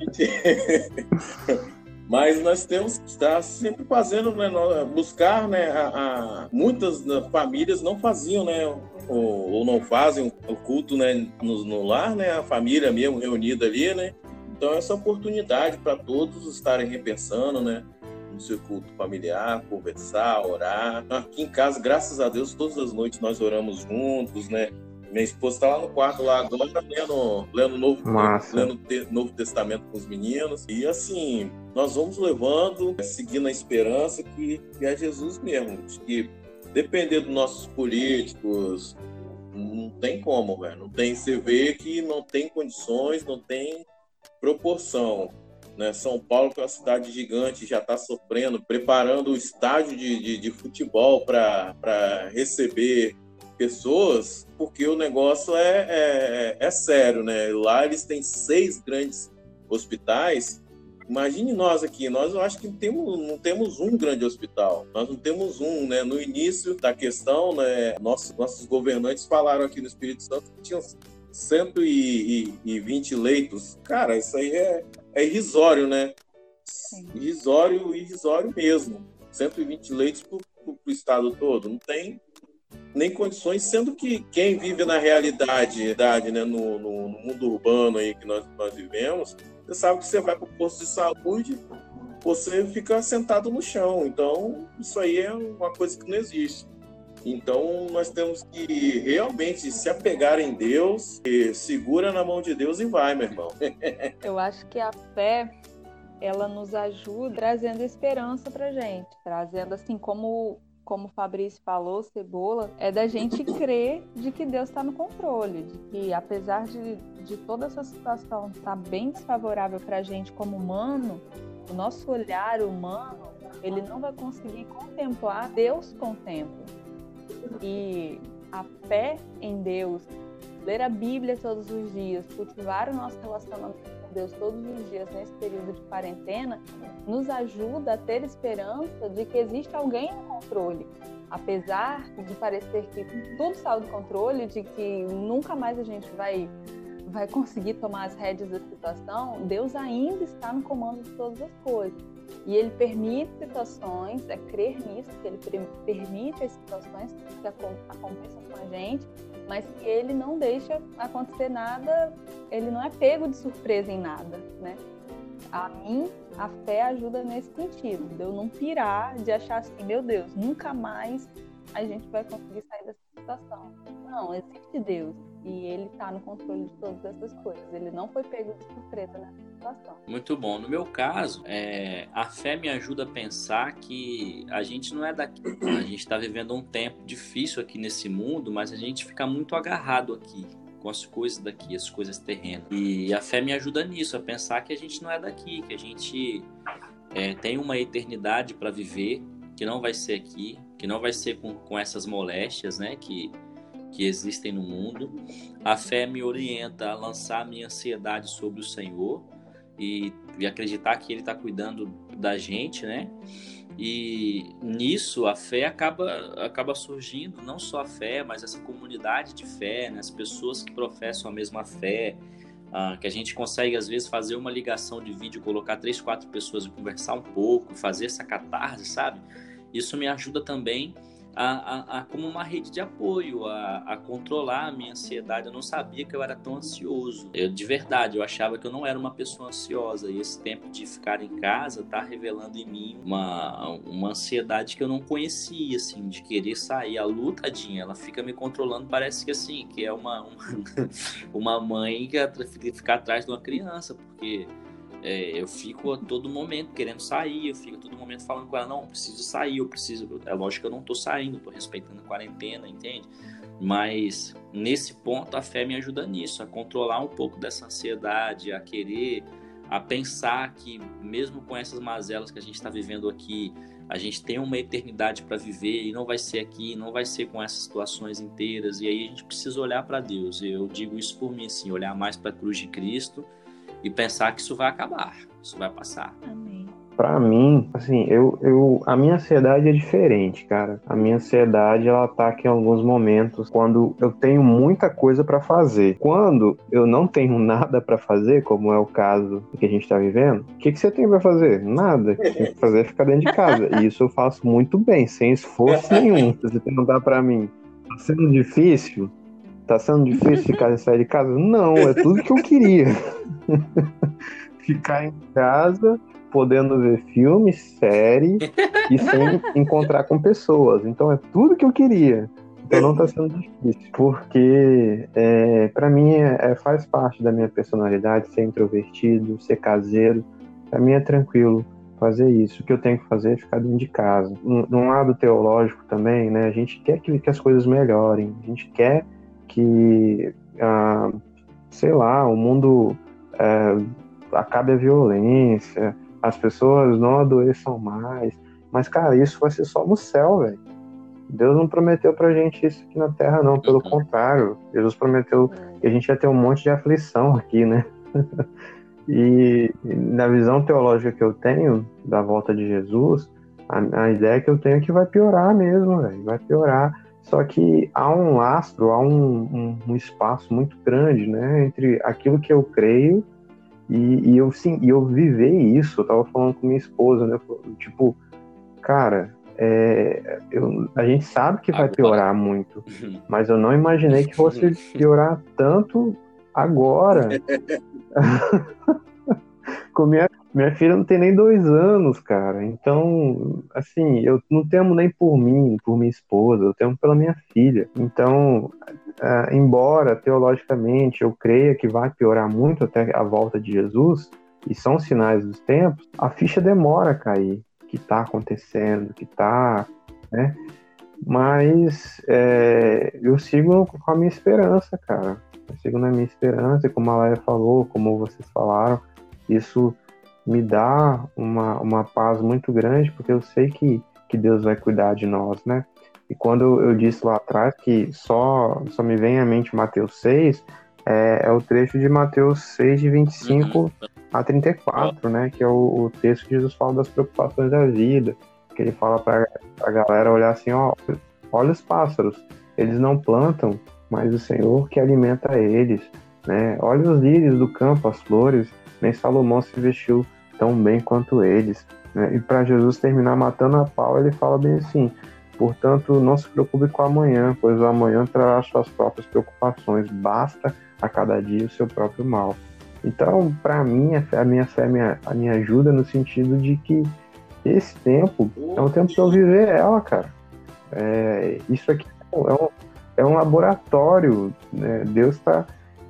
mas nós temos que estar sempre fazendo, né, buscar, né, a, a, muitas famílias não faziam, né, ou, ou não fazem o culto, né, no, no lar, né, a família mesmo reunida ali, né, então essa oportunidade para todos estarem repensando, né, no seu culto familiar, conversar, orar. Aqui em casa, graças a Deus, todas as noites nós oramos juntos, né. Minha esposa está lá no quarto, lá agora, lendo, lendo, novo, lendo te, Novo Testamento com os meninos. E assim, nós vamos levando, seguindo a esperança que, que é Jesus mesmo. Que depender dos nossos políticos, não tem como, velho. Não tem, você vê que não tem condições, não tem proporção. Né? São Paulo, que é uma cidade gigante, já está sofrendo, preparando o estádio de, de, de futebol para receber pessoas, porque o negócio é, é, é sério, né? Lá eles têm seis grandes hospitais. Imagine nós aqui, nós eu acho que temos, não temos um grande hospital, nós não temos um, né? No início da questão, né? Nossos, nossos governantes falaram aqui no Espírito Santo que tinham cento e vinte leitos. Cara, isso aí é, é irrisório, né? Irrisório, irrisório mesmo. cento e vinte leitos para o estado todo, não tem nem condições, sendo que quem vive na realidade, né, no, no, no mundo urbano aí que nós, nós vivemos, você sabe que você vai para o posto de saúde, você fica sentado no chão. Então, isso aí é uma coisa que não existe. Então, nós temos que realmente se apegar em Deus, e segura na mão de Deus e vai, meu irmão. Eu acho que a fé, ela nos ajuda trazendo esperança pra gente, trazendo assim como como o Fabrício falou, Cebola, é da gente crer de que Deus está no controle, de que apesar de, de toda essa situação estar bem desfavorável para a gente como humano, o nosso olhar humano, ele não vai conseguir contemplar, Deus contempla. E a fé em Deus, ler a Bíblia todos os dias, cultivar o nosso relacionamento com Deus todos os dias nesse período de quarentena, nos ajuda a ter esperança de que existe alguém no controle. Apesar de parecer que tudo saiu do controle, de que nunca mais a gente vai, vai conseguir tomar as rédeas da situação, Deus ainda está no comando de todas as coisas. E Ele permite situações, é crer nisso, que Ele permite as situações que aconteçam com a gente, mas que Ele não deixa acontecer nada, Ele não é pego de surpresa em nada, né? A mim, a fé ajuda nesse sentido, de eu não pirar, de achar assim, meu Deus, nunca mais a gente vai conseguir sair dessa situação. Não, existe Deus e Ele está no controle de todas essas coisas. Ele não foi pego de surpresa nessa situação. Muito bom. No meu caso, é, a fé me ajuda a pensar que a gente não é daqui. A gente está vivendo um tempo difícil aqui nesse mundo, mas a gente fica muito agarrado aqui com as coisas daqui, as coisas terrenas. E a fé me ajuda nisso, a pensar que a gente não é daqui, que a gente é, tem uma eternidade para viver, que não vai ser aqui, que não vai ser com, com essas moléstias, né, que, que existem no mundo. A fé me orienta a lançar a minha ansiedade sobre o Senhor e, e acreditar que Ele está cuidando da gente, né? E nisso a fé acaba, acaba surgindo, não só a fé, mas essa comunidade de fé, né? As pessoas que professam a mesma fé, ah, que a gente consegue às vezes fazer uma ligação de vídeo, colocar três, quatro pessoas e conversar um pouco, fazer essa catarse, sabe? Isso me ajuda também a, a, a como uma rede de apoio, a, a controlar a minha ansiedade. Eu não sabia que eu era tão ansioso. Eu, de verdade, eu achava que eu não era uma pessoa ansiosa. E esse tempo de ficar em casa está revelando em mim uma, uma ansiedade que eu não conhecia, assim, de querer sair. A Lu, tadinha, ela fica me controlando, parece que assim, que é uma, uma, uma mãe que fica atrás de uma criança, porque... É, eu fico a todo momento querendo sair, eu fico a todo momento falando com ela, não, eu preciso sair, eu preciso... É lógico que eu não tô saindo, tô respeitando a quarentena, entende? Mas nesse ponto a fé me ajuda nisso, a controlar um pouco dessa ansiedade, a querer, a pensar que mesmo com essas mazelas que a gente está vivendo aqui, a gente tem uma eternidade para viver e não vai ser aqui, não vai ser com essas situações inteiras, e aí a gente precisa olhar para Deus. Eu digo isso por mim, assim, olhar mais para a cruz de Cristo e pensar que isso vai acabar, isso vai passar. Amém. Pra mim, assim, eu, eu, a minha ansiedade é diferente, cara. A minha ansiedade, ela ataca em alguns momentos quando eu tenho muita coisa pra fazer. Quando eu não tenho nada pra fazer, como é o caso que a gente tá vivendo, o que, que você tem pra fazer? Nada. O que você tem que fazer é ficar dentro de casa. E isso eu faço muito bem, sem esforço nenhum. Se você perguntar pra mim, tá sendo difícil? Tá sendo difícil ficar sem sair de casa? Não, é tudo que eu queria. Ficar em casa, podendo ver filme, série e sem encontrar com pessoas. Então é tudo que eu queria. Então não tá sendo difícil, porque é, pra mim é, é, faz parte da minha personalidade ser introvertido, ser caseiro. Pra mim é tranquilo fazer isso. O que eu tenho que fazer é ficar dentro de casa. Num lado teológico também, né? A gente quer que, que as coisas melhorem. A gente quer que, ah, sei lá, o mundo é, acabe a violência, as pessoas não adoeçam mais. Mas, cara, isso vai ser só no céu, velho. Deus não prometeu pra gente isso aqui na Terra, não. Pelo contrário, Jesus prometeu que a gente ia ter um monte de aflição aqui, né? E na visão teológica que eu tenho da volta de Jesus, a, a ideia que eu tenho é que vai piorar mesmo, velho. Vai piorar. Só que há um lastro, há um, um, um espaço muito grande, né, entre aquilo que eu creio e, e eu, sim, e eu viver isso. Eu tava falando com minha esposa, né, tipo, cara, é, eu, a gente sabe que vai piorar muito, mas eu não imaginei que fosse piorar tanto agora. Com minha, minha filha não tem nem dois anos, cara. Então, assim, eu não temo nem por mim, por minha esposa, eu temo pela minha filha. Então, uh, embora teologicamente eu creia que vai piorar muito até a volta de Jesus, e são sinais dos tempos, a ficha demora a cair, que está acontecendo, que está né? Mas é, eu sigo com a minha esperança, cara. Eu sigo na minha esperança, e como a Laia falou, como vocês falaram, isso me dá uma, uma paz muito grande, porque eu sei que, que Deus vai cuidar de nós, né? E quando eu disse lá atrás que só, só me vem à mente Mateus seis, é, é o trecho de Mateus seis, de vinte e cinco uhum. a trinta e quatro, né? Que é o, o texto que Jesus fala das preocupações da vida, que ele fala para a galera olhar assim, ó, olha os pássaros, eles não plantam, mas o Senhor que alimenta eles, né? Olha os lírios do campo, as flores, nem Salomão se vestiu tão bem quanto eles, né? E para Jesus terminar matando a pau, ele fala bem assim: portanto, não se preocupe com o amanhã, pois o amanhã trará suas próprias preocupações, basta a cada dia o seu próprio mal. Então, para mim, a minha fé a minha ajuda no sentido de que esse tempo é um tempo para eu viver ela, cara. É, isso aqui é um, é um laboratório, né? Deus tá,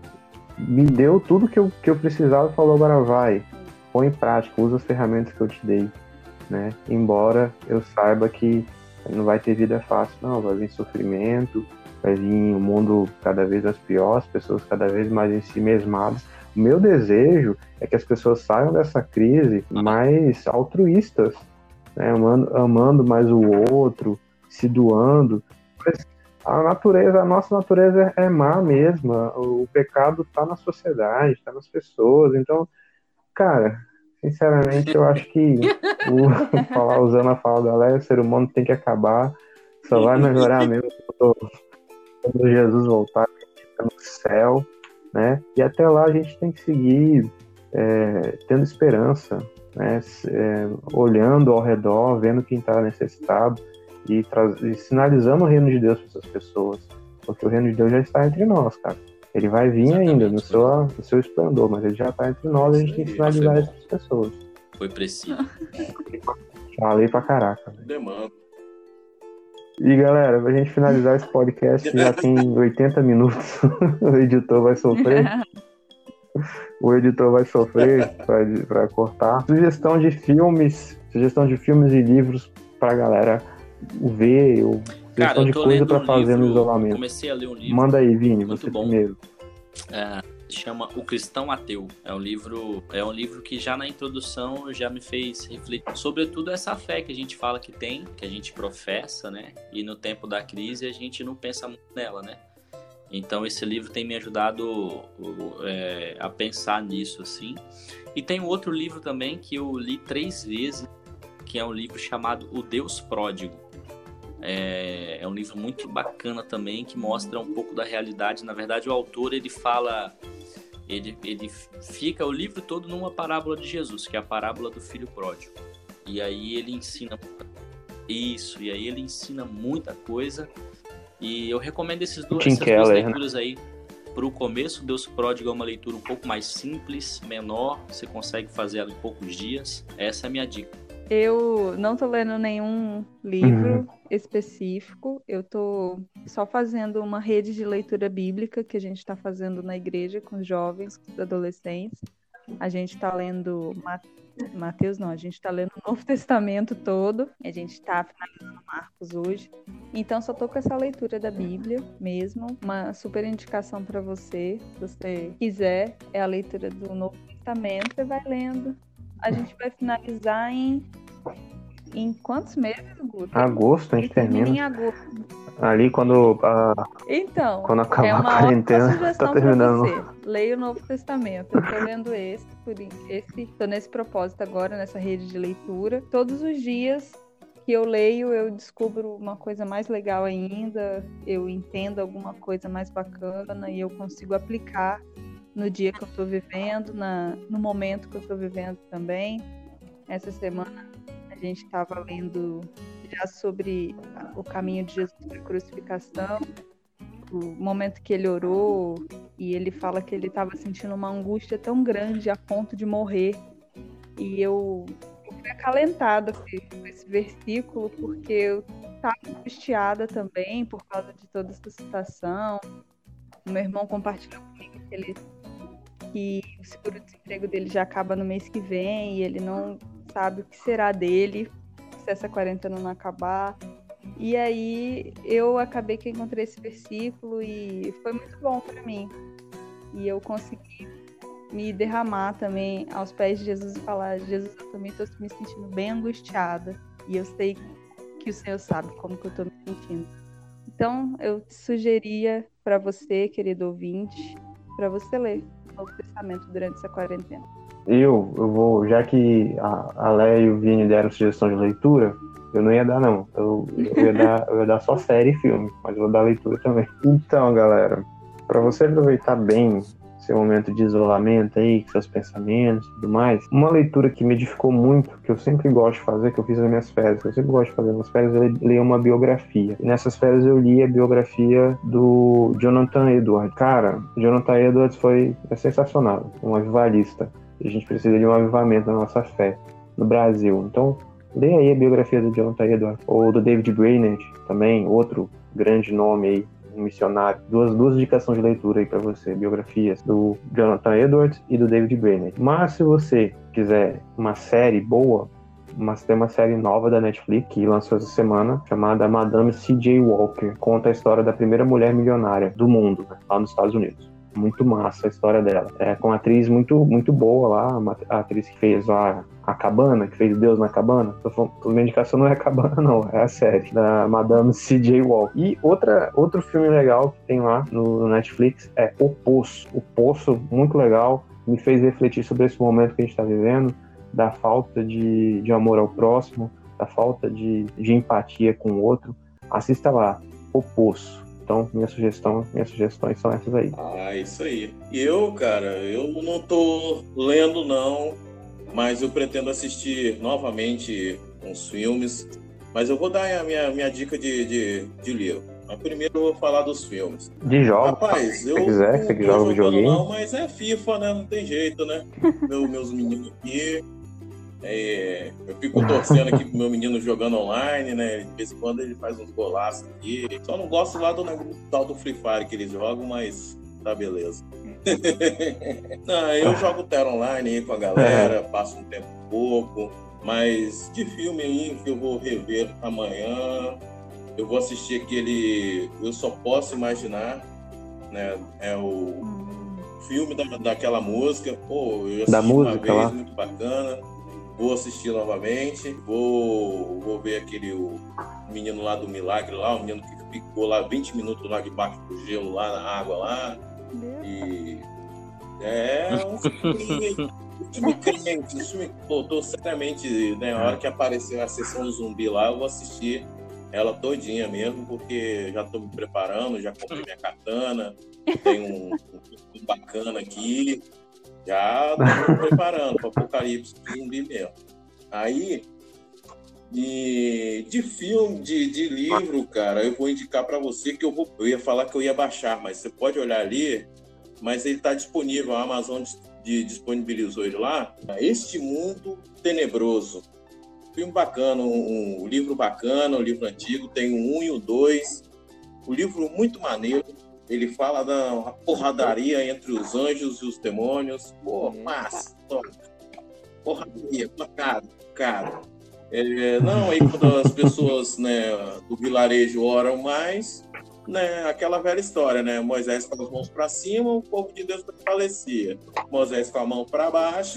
me deu tudo que eu, que eu precisava e falou: agora vai, põe em prática, usa as ferramentas que eu te dei, né? Embora eu saiba que não vai ter vida fácil, não, vai vir sofrimento, vai vir um mundo cada vez mais pior, as pessoas cada vez mais em si mesmadas. O meu desejo é que as pessoas saiam dessa crise mais altruístas, né? amando, amando mais o outro, se doando. Mas a natureza, a nossa natureza é má mesmo, o pecado está na sociedade, está nas pessoas. Então, cara, sinceramente, eu acho que o, falar, usando a fala da Léa, o ser humano tem que acabar, só vai melhorar mesmo quando, quando Jesus voltar, a gente fica no céu, né? E até lá a gente tem que seguir é, tendo esperança, né? É, olhando ao redor, vendo quem está necessitado e, tra- e sinalizando o reino de Deus para essas pessoas, porque o reino de Deus já está entre nós, cara. Ele vai vir Exatamente, ainda no seu, no seu esplendor, mas ele já está entre nós, a gente tem que sinalizar essas pessoas. Foi preciso. Falei pra caraca. Demanda. E galera, pra gente finalizar esse podcast, já tem oitenta minutos. O editor vai sofrer. O editor vai sofrer pra, pra cortar. Sugestão de filmes, sugestão de filmes e livros pra galera ver, ou Cara, eu de tô coisa lendo pra um fazer livro, no isolamento. comecei a ler um livro. Manda aí, Vini, muito você bom. primeiro. É, chama O Cristão Ateu. É um livro, é um livro que já na introdução já me fez refletir, sobretudo essa fé que a gente fala que tem, que a gente professa, né? E no tempo da crise a gente não pensa muito nela, né? Então esse livro tem me ajudado é, a pensar nisso, assim. E tem um outro livro também que eu li três vezes, que é um livro chamado O Deus Pródigo. É, é um livro muito bacana também, que mostra um pouco da realidade. Na verdade, o autor, ele fala... Ele, ele fica o livro todo numa parábola de Jesus, que é a parábola do filho pródigo. E aí ele ensina isso, e aí ele ensina muita coisa. E eu recomendo esses dois, essas Keller, duas né? leituras aí. Para o começo, Deus Pródigo é uma leitura um pouco mais simples, menor. Você consegue fazer ela em poucos dias. Essa é a minha dica. Eu não tô lendo nenhum livro Uhum. específico, eu tô só fazendo uma rede de leitura bíblica que a gente tá fazendo na igreja com os jovens, com os adolescentes. A gente tá lendo Mateus, não, a gente tá lendo o Novo Testamento todo, a gente tá finalizando Marcos hoje. Então só tô com essa leitura da Bíblia mesmo, uma super indicação para você, se você quiser, é a leitura do Novo Testamento, você vai lendo. A gente vai finalizar em, em quantos meses, Guto? Agosto, a gente termina. Em agosto. Ali quando, a, Então, quando acabar é a uma quarentena, ótima sugestão tá terminando. pra você. Leia o Novo Testamento. Eu tô lendo esse, por esse, tô nesse propósito agora, nessa rede de leitura. Todos os dias que eu leio, eu descubro uma coisa mais legal ainda, eu entendo alguma coisa mais bacana e eu consigo aplicar no dia que eu tô vivendo, na, no momento que eu tô vivendo também. Essa semana a gente estava lendo já sobre o caminho de Jesus para a crucificação, o momento que ele orou, e ele fala que ele estava sentindo uma angústia tão grande a ponto de morrer. E eu, eu fui acalentada com esse versículo, porque eu estava angustiada também por causa de toda essa situação. O meu irmão compartilhou comigo que ele que o seguro-desemprego dele já acaba no mês que vem e ele não sabe o que será dele se essa quarentena não acabar. E aí eu acabei que encontrei esse versículo e foi muito bom para mim. E eu consegui me derramar também aos pés de Jesus e falar: Jesus, eu também estou me sentindo bem angustiada. E eu sei que o Senhor sabe como que eu estou me sentindo. Então, eu te sugeria para você, querido ouvinte, para você ler o Novo Testamento durante essa quarentena. Eu, eu vou, já que a, a Léa e o Vini deram sugestão de leitura, eu não ia dar, não. Eu, eu, ia, dar, eu ia dar só série e filme, mas eu vou dar leitura também. Então, galera, para você aproveitar bem seu momento de isolamento aí, com seus pensamentos e tudo mais, uma leitura que me edificou muito, que eu sempre gosto de fazer, que eu fiz nas minhas férias, que eu sempre gosto de fazer nas férias, é ler uma biografia. E nessas férias eu li a biografia do Jonathan Edwards. Cara, Jonathan Edwards foi é sensacional, um avivalista. A gente precisa de um avivamento na nossa fé no Brasil. Então, leia aí a biografia do Jonathan Edwards, ou do David Brainerd, também, outro grande nome aí, um missionário. Duas, duas indicações de leitura aí para você, biografias do Jonathan Edwards e do David Brainerd. Mas se você quiser uma série boa, mas tem uma série nova da Netflix que lançou essa semana, chamada Madame C J Walker. Conta a história da primeira mulher milionária do mundo, né, lá nos Estados Unidos. Muito massa a história dela. É com uma atriz muito, muito boa lá, uma, a atriz que fez a, a Cabana, que fez Deus na Cabana. A minha indicação não é a Cabana, não, é a série da Madame C J Walker. E outra, outro filme legal que tem lá no, no Netflix é O Poço. O Poço, muito legal, me fez refletir sobre esse momento que a gente está vivendo, da falta de, de amor ao próximo, da falta de, de empatia com o outro. Assista lá, O Poço. Então, minha sugestão, minhas sugestões são essas aí. Ah, isso aí. E eu, cara, eu não tô lendo, não, mas eu pretendo assistir novamente uns filmes. Mas eu vou dar a minha, minha dica de, de, de livro. Mas primeiro eu vou falar dos filmes. De jogos, rapaz, eu se quiser, não você tô que joga jogando videogame. não, mas é FIFA, né? Não tem jeito, né? Meu, meus meninos aqui... É, eu fico torcendo aqui pro meu menino jogando online, né? De vez em quando ele faz uns golaços aqui. Só não gosto lá do tal do Free Fire que eles jogam, mas tá beleza. Não, eu jogo Terra Online aí com a galera, passo um tempo pouco. Mas de filme aí que eu vou rever amanhã, eu vou assistir aquele Eu Só Posso Imaginar, né? É o filme da, daquela música. Pô, eu assisti Da uma música vez, lá. muito bacana. Vou assistir novamente, vou, vou ver aquele o menino lá do Milagre, lá, o menino que ficou lá vinte minutos lá debaixo do gelo, lá na água lá. E é um filme, um filme crente, um filme, pô, tô seriamente, né, na hora que aparecer a sessão zumbi lá, eu vou assistir ela todinha mesmo, porque já tô me preparando, já comprei minha katana, tem um, um bacana aqui. Já tô me preparando para apocalipse zumbi mesmo. Aí, de, de filme, de, de livro, cara, eu vou indicar para você que eu vou. Eu ia falar que eu ia baixar, mas você pode olhar ali, mas ele está disponível, a Amazon de, de, disponibilizou ele lá. Este Mundo Tenebroso. Filme bacana, um, um livro bacana, um livro antigo, tem o um e o dois. O livro muito maneiro. Ele fala da porradaria entre os anjos e os demônios. Pô, massa. Porradaria, cara, cara. É, não, aí quando as pessoas, né, do vilarejo oram mais, né, aquela velha história, né? Moisés com as mãos para cima, o povo de Deus prevalecia. Moisés com a mão para baixo,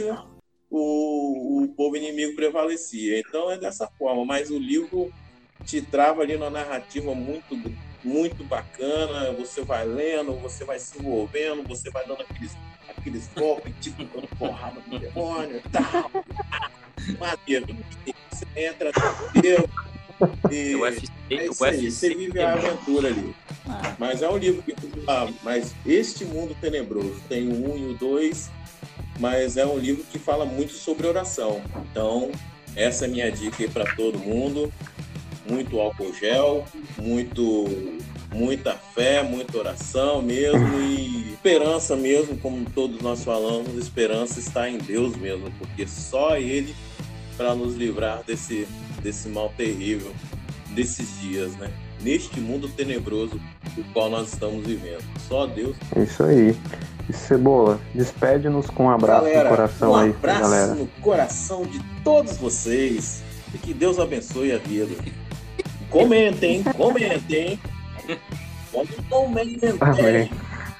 o, o povo inimigo prevalecia. Então é dessa forma, mas o livro te trava ali numa narrativa muito muito bacana, você vai lendo, você vai se envolvendo, você vai dando aqueles, aqueles golpes, tipo, dando porrada no demônio e tal. Maneiro. Você entra no Deus e O U F C, é isso o aí, U F C você vive a aventura ali. Mas é um livro que ah, mas Este Mundo Tenebroso tem o um e o dois, mas é um livro que fala muito sobre oração. Então, essa é a minha dica aí para todo mundo. Muito álcool gel, muito, muita fé, muita oração mesmo e esperança mesmo, como todos nós falamos, esperança está em Deus mesmo, porque só Ele para nos livrar desse, desse mal terrível, desses dias, né? Neste mundo tenebroso do qual nós estamos vivendo. Só Deus. É isso aí. E Cebola, despede-nos com um abraço Galera, no coração um aí, abraço galera. no coração de todos vocês e que Deus abençoe a vida. Comentem, comentem. Comentem. Amém.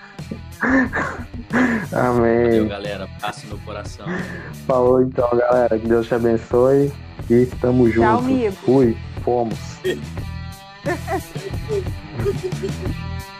Amém. Valeu, galera. Passe no coração. Falou então, galera. Que Deus te abençoe. E tamo junto. Tchau, amigo. Fui. Fomos.